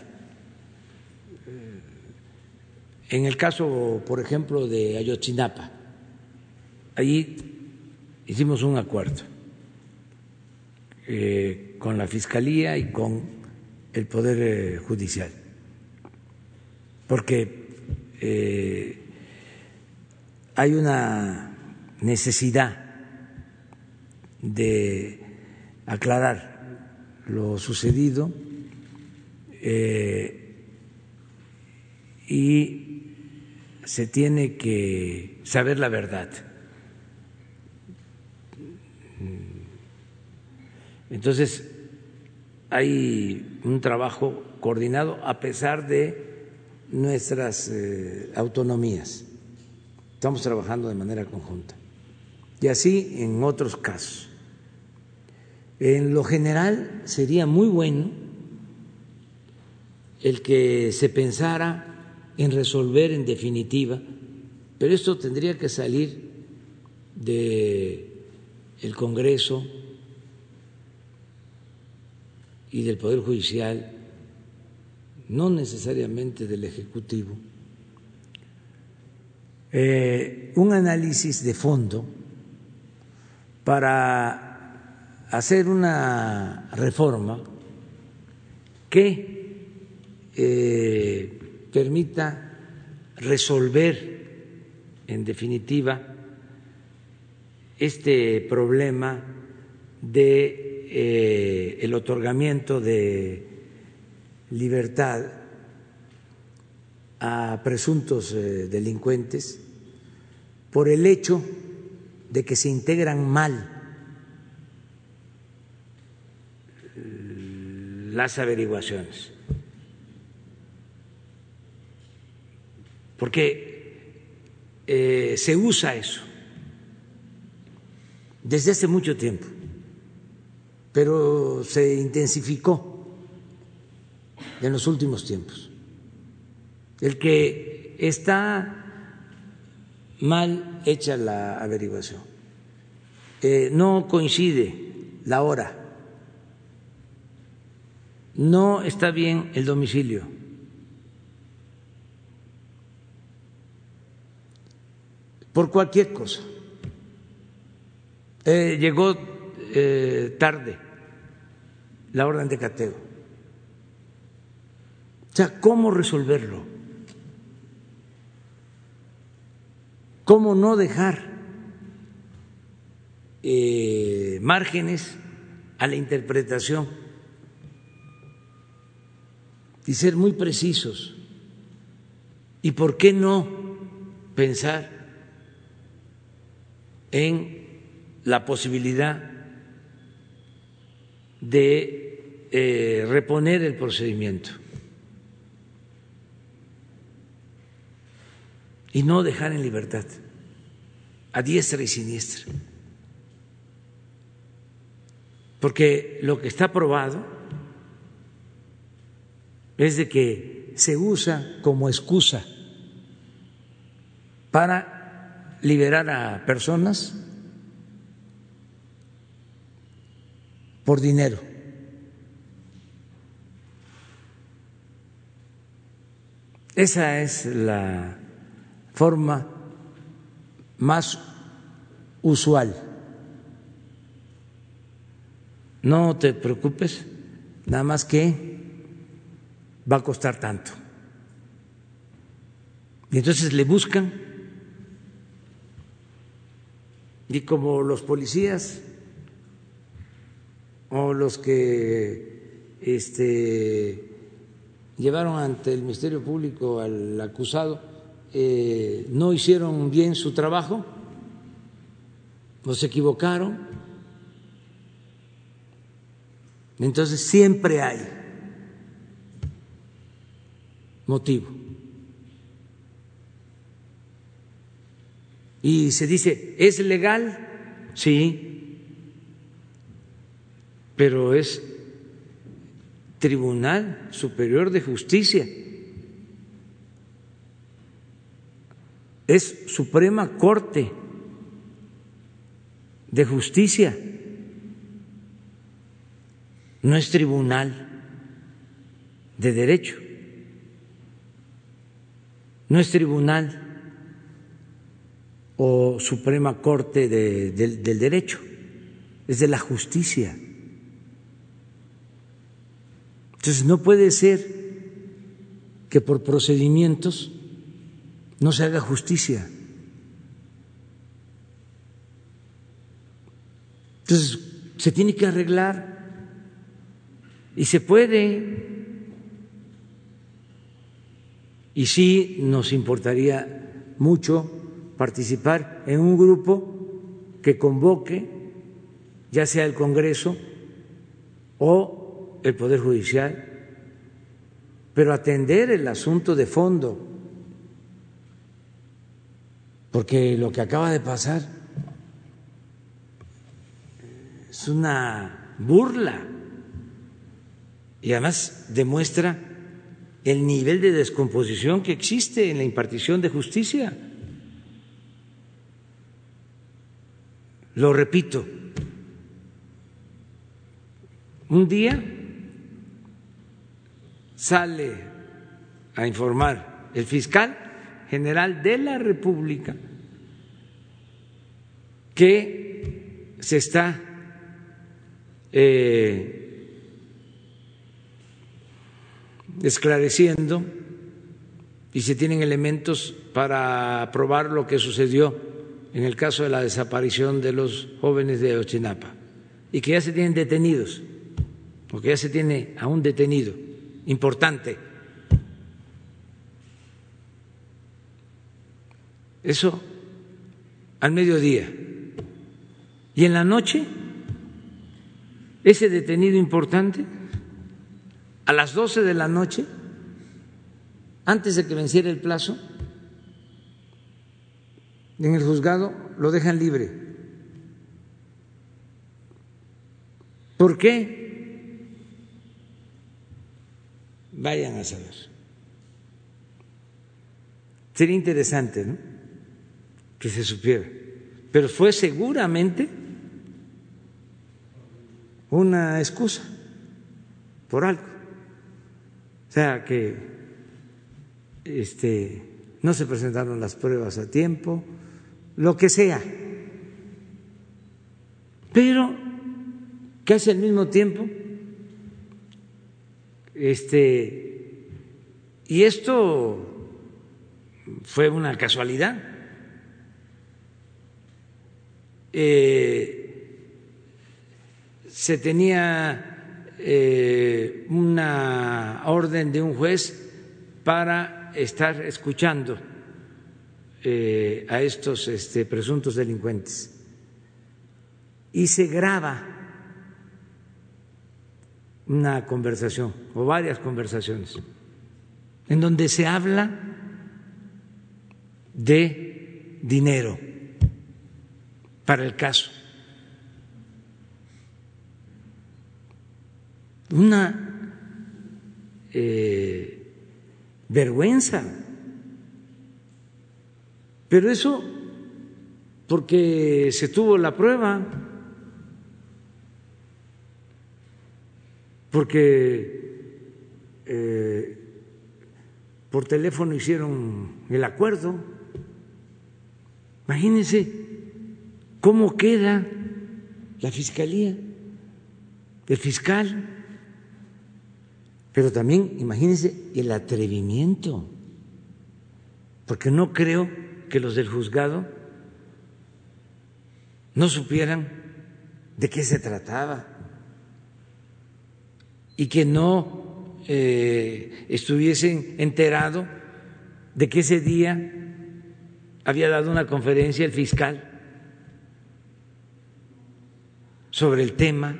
En el caso, por ejemplo, de Ayotzinapa, ahí hicimos un acuerdo con la Fiscalía y con el Poder Judicial, porque hay una necesidad de aclarar lo sucedido y se tiene que saber la verdad. Entonces, hay un trabajo coordinado a pesar de nuestras autonomías. Estamos trabajando de manera conjunta. Y así en otros casos. En lo general sería muy bueno el que se pensara en resolver en definitiva, pero esto tendría que salir del Congreso y del Poder Judicial, no necesariamente del Ejecutivo, un análisis de fondo para hacer una reforma que permita resolver en definitiva este problema de el otorgamiento de libertad a presuntos delincuentes por el hecho de que se integran mal las averiguaciones. Porque se usa eso desde hace mucho tiempo, pero se intensificó en los últimos tiempos. El que está mal hecha la averiguación, no coincide la hora, no está bien el domicilio, por cualquier cosa, llegó tarde la orden de cateo. O sea, ¿cómo resolverlo? ¿Cómo no dejar márgenes a la interpretación y ser muy precisos? ¿Y por qué no pensar en la posibilidad de reponer el procedimiento y no dejar en libertad a diestra y siniestra? Porque lo que está probado es de que se usa como excusa para liberar a personas por dinero. Esa es la forma más usual. No te preocupes, nada más que va a costar tanto. Y entonces le buscan, y como los policías o los que llevaron ante el Ministerio Público al acusado, no hicieron bien su trabajo, o se equivocaron. Entonces siempre hay motivo. Y se dice, ¿es legal? Sí, pero es Tribunal Superior de Justicia, es Suprema Corte de Justicia, no es Tribunal de Derecho, no es Tribunal o Suprema Corte del Derecho, es de la Justicia. Entonces no puede ser que por procedimientos no se haga justicia. Entonces se tiene que arreglar y se puede. Y sí nos importaría mucho participar en un grupo que convoque, ya sea el Congreso o el Poder Judicial, pero atender el asunto de fondo, porque lo que acaba de pasar es una burla y además demuestra el nivel de descomposición que existe en la impartición de justicia. Lo repito, un día sale a informar el fiscal general de la República que se está esclareciendo y se tienen elementos para probar lo que sucedió en el caso de la desaparición de los jóvenes de Ayotzinapa y que ya se tienen detenidos, o que ya se tiene a un detenido importante. Eso al mediodía. Y en la noche, ese detenido importante, a las 12 de la noche, antes de que venciera el plazo, en el juzgado lo dejan libre. ¿Por qué? Vayan a saber. Sería interesante, ¿no?, que se supiera. Pero fue seguramente una excusa por algo. O sea, que no se presentaron las pruebas a tiempo, lo que sea. Pero casi al mismo tiempo, y esto fue una casualidad, se tenía una orden de un juez para estar escuchando a estos presuntos delincuentes y se graba una conversación o varias conversaciones en donde se habla de dinero para el caso. Una vergüenza. Pero eso porque se tuvo la prueba, porque por teléfono hicieron el acuerdo. Imagínense cómo queda la Fiscalía, el fiscal, pero también imagínense el atrevimiento, porque no creo que los del juzgado no supieran de qué se trataba. y que no estuviesen enterados de que ese día había dado una conferencia el fiscal sobre el tema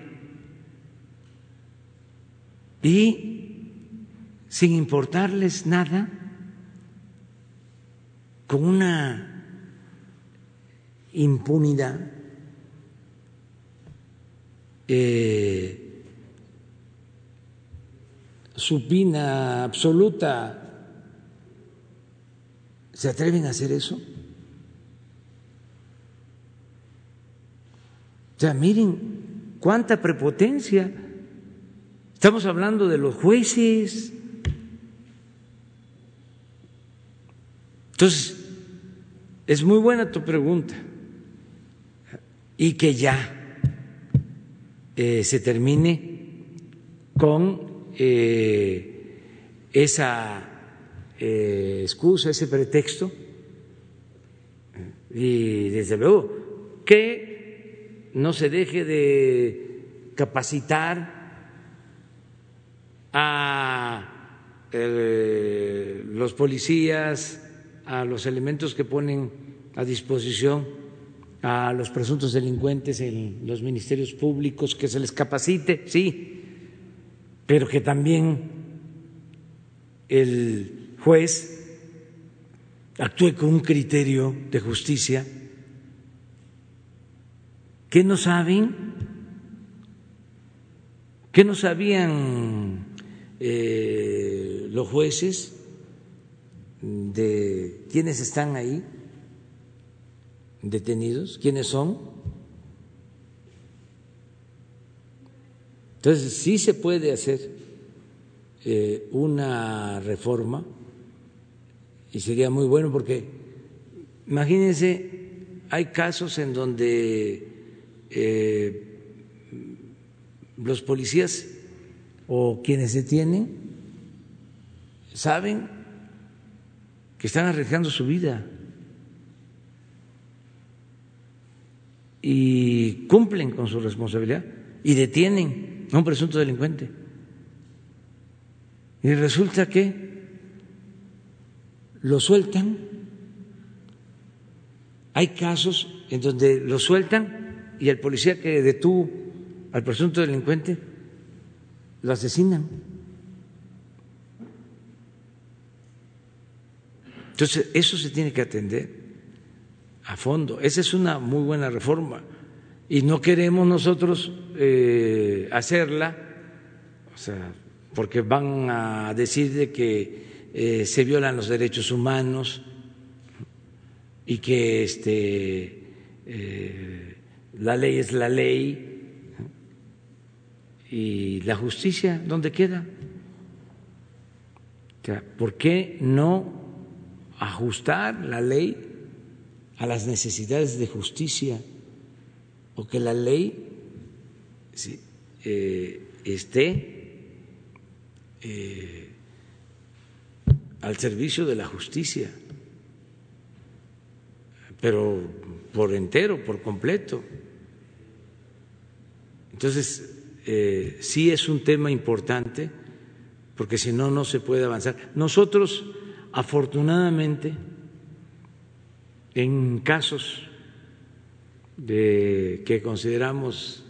y sin importarles nada, con una impunidad supina, absoluta, ¿se atreven a hacer eso? O sea, miren cuánta prepotencia. Estamos hablando de los jueces. Entonces, es muy buena tu pregunta y que ya se termine con esa excusa, ese pretexto, y desde luego que no se deje de capacitar a los policías, a los elementos que ponen a disposición a los presuntos delincuentes en los ministerios públicos, que se les capacite, sí, pero que también el juez actúe con un criterio de justicia. ¿Qué no saben? ¿Qué no sabían los jueces de quiénes están ahí detenidos, quiénes son? Entonces sí se puede hacer una reforma y sería muy bueno, porque imagínense, hay casos en donde los policías o quienes detienen saben que están arriesgando su vida y cumplen con su responsabilidad y detienen a un presunto delincuente. Y resulta que lo sueltan. Hay casos en donde lo sueltan y el policía que detuvo al presunto delincuente lo asesinan. Entonces, eso se tiene que atender a fondo. Esa es una muy buena reforma y no queremos nosotros hacerla, o sea, porque van a decir de que se violan los derechos humanos y que la ley es la ley y la justicia, ¿dónde queda? O sea, ¿por qué no ajustar la ley a las necesidades de justicia, o que la ley esté al servicio de la justicia, pero por entero, por completo? Entonces, sí es un tema importante, porque si no, no se puede avanzar. Nosotros, afortunadamente, en casos que consideramos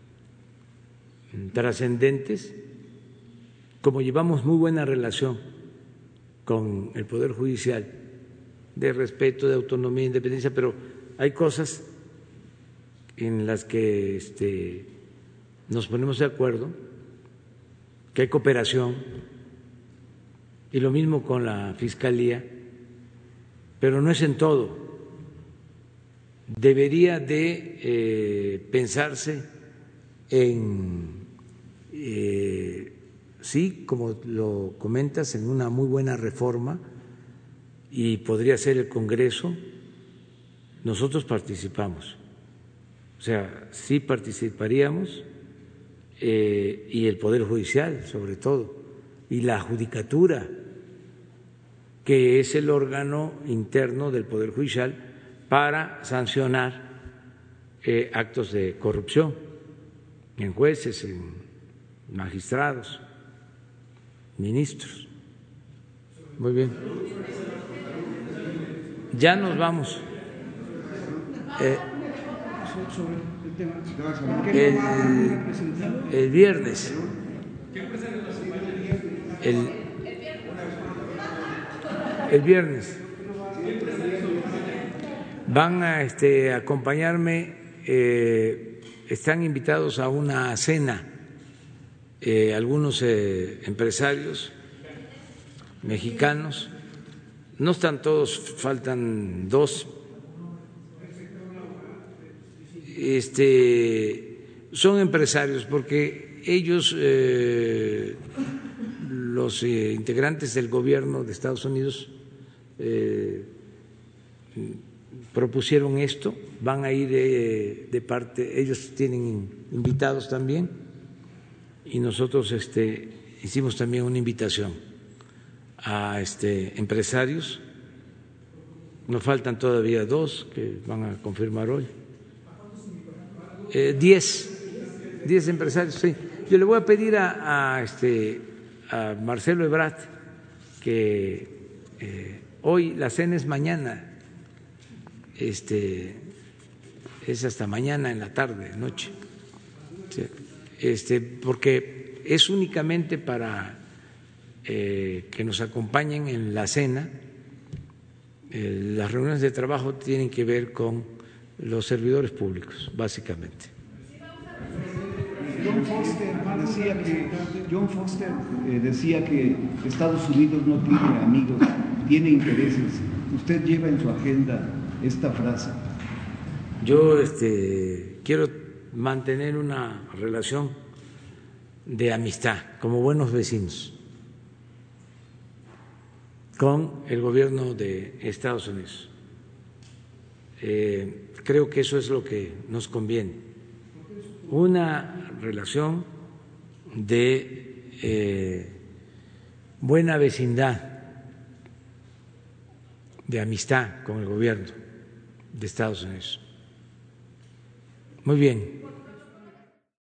trascendentes, como llevamos muy buena relación con el Poder Judicial, de respeto, de autonomía, independencia, pero hay cosas en las que nos ponemos de acuerdo, que hay cooperación, y lo mismo con la Fiscalía, pero no es en todo. Debería de pensarse en, sí, como lo comentas, en una muy buena reforma, y podría ser el Congreso. Nosotros participamos, o sea, sí participaríamos, y el Poder Judicial sobre todo, y la Judicatura, que es el órgano interno del Poder Judicial para sancionar actos de corrupción en jueces, en magistrados, ministros. Muy bien. Ya nos vamos. El viernes. El viernes van a acompañarme, están invitados a una cena algunos empresarios mexicanos, no están todos, faltan dos. Son empresarios porque ellos, los integrantes del gobierno de Estados Unidos, propusieron esto, van a ir de parte, ellos tienen invitados también y nosotros hicimos también una invitación a empresarios. Nos faltan todavía dos que van a confirmar hoy. 10 empresarios, sí. Yo le voy a pedir a Marcelo Ebrard que hoy la cena es mañana, es hasta mañana en la tarde, noche, porque es únicamente para que nos acompañen en la cena. Las reuniones de trabajo tienen que ver con los servidores públicos, básicamente. John Foster decía que Estados Unidos no tiene amigos, tiene intereses. ¿Usted lleva en su agenda esta frase? Yo quiero mantener una relación de amistad, como buenos vecinos, con el gobierno de Estados Unidos. Creo que eso es lo que nos conviene, una relación de buena vecindad, de amistad con el gobierno de Estados Unidos. Muy bien.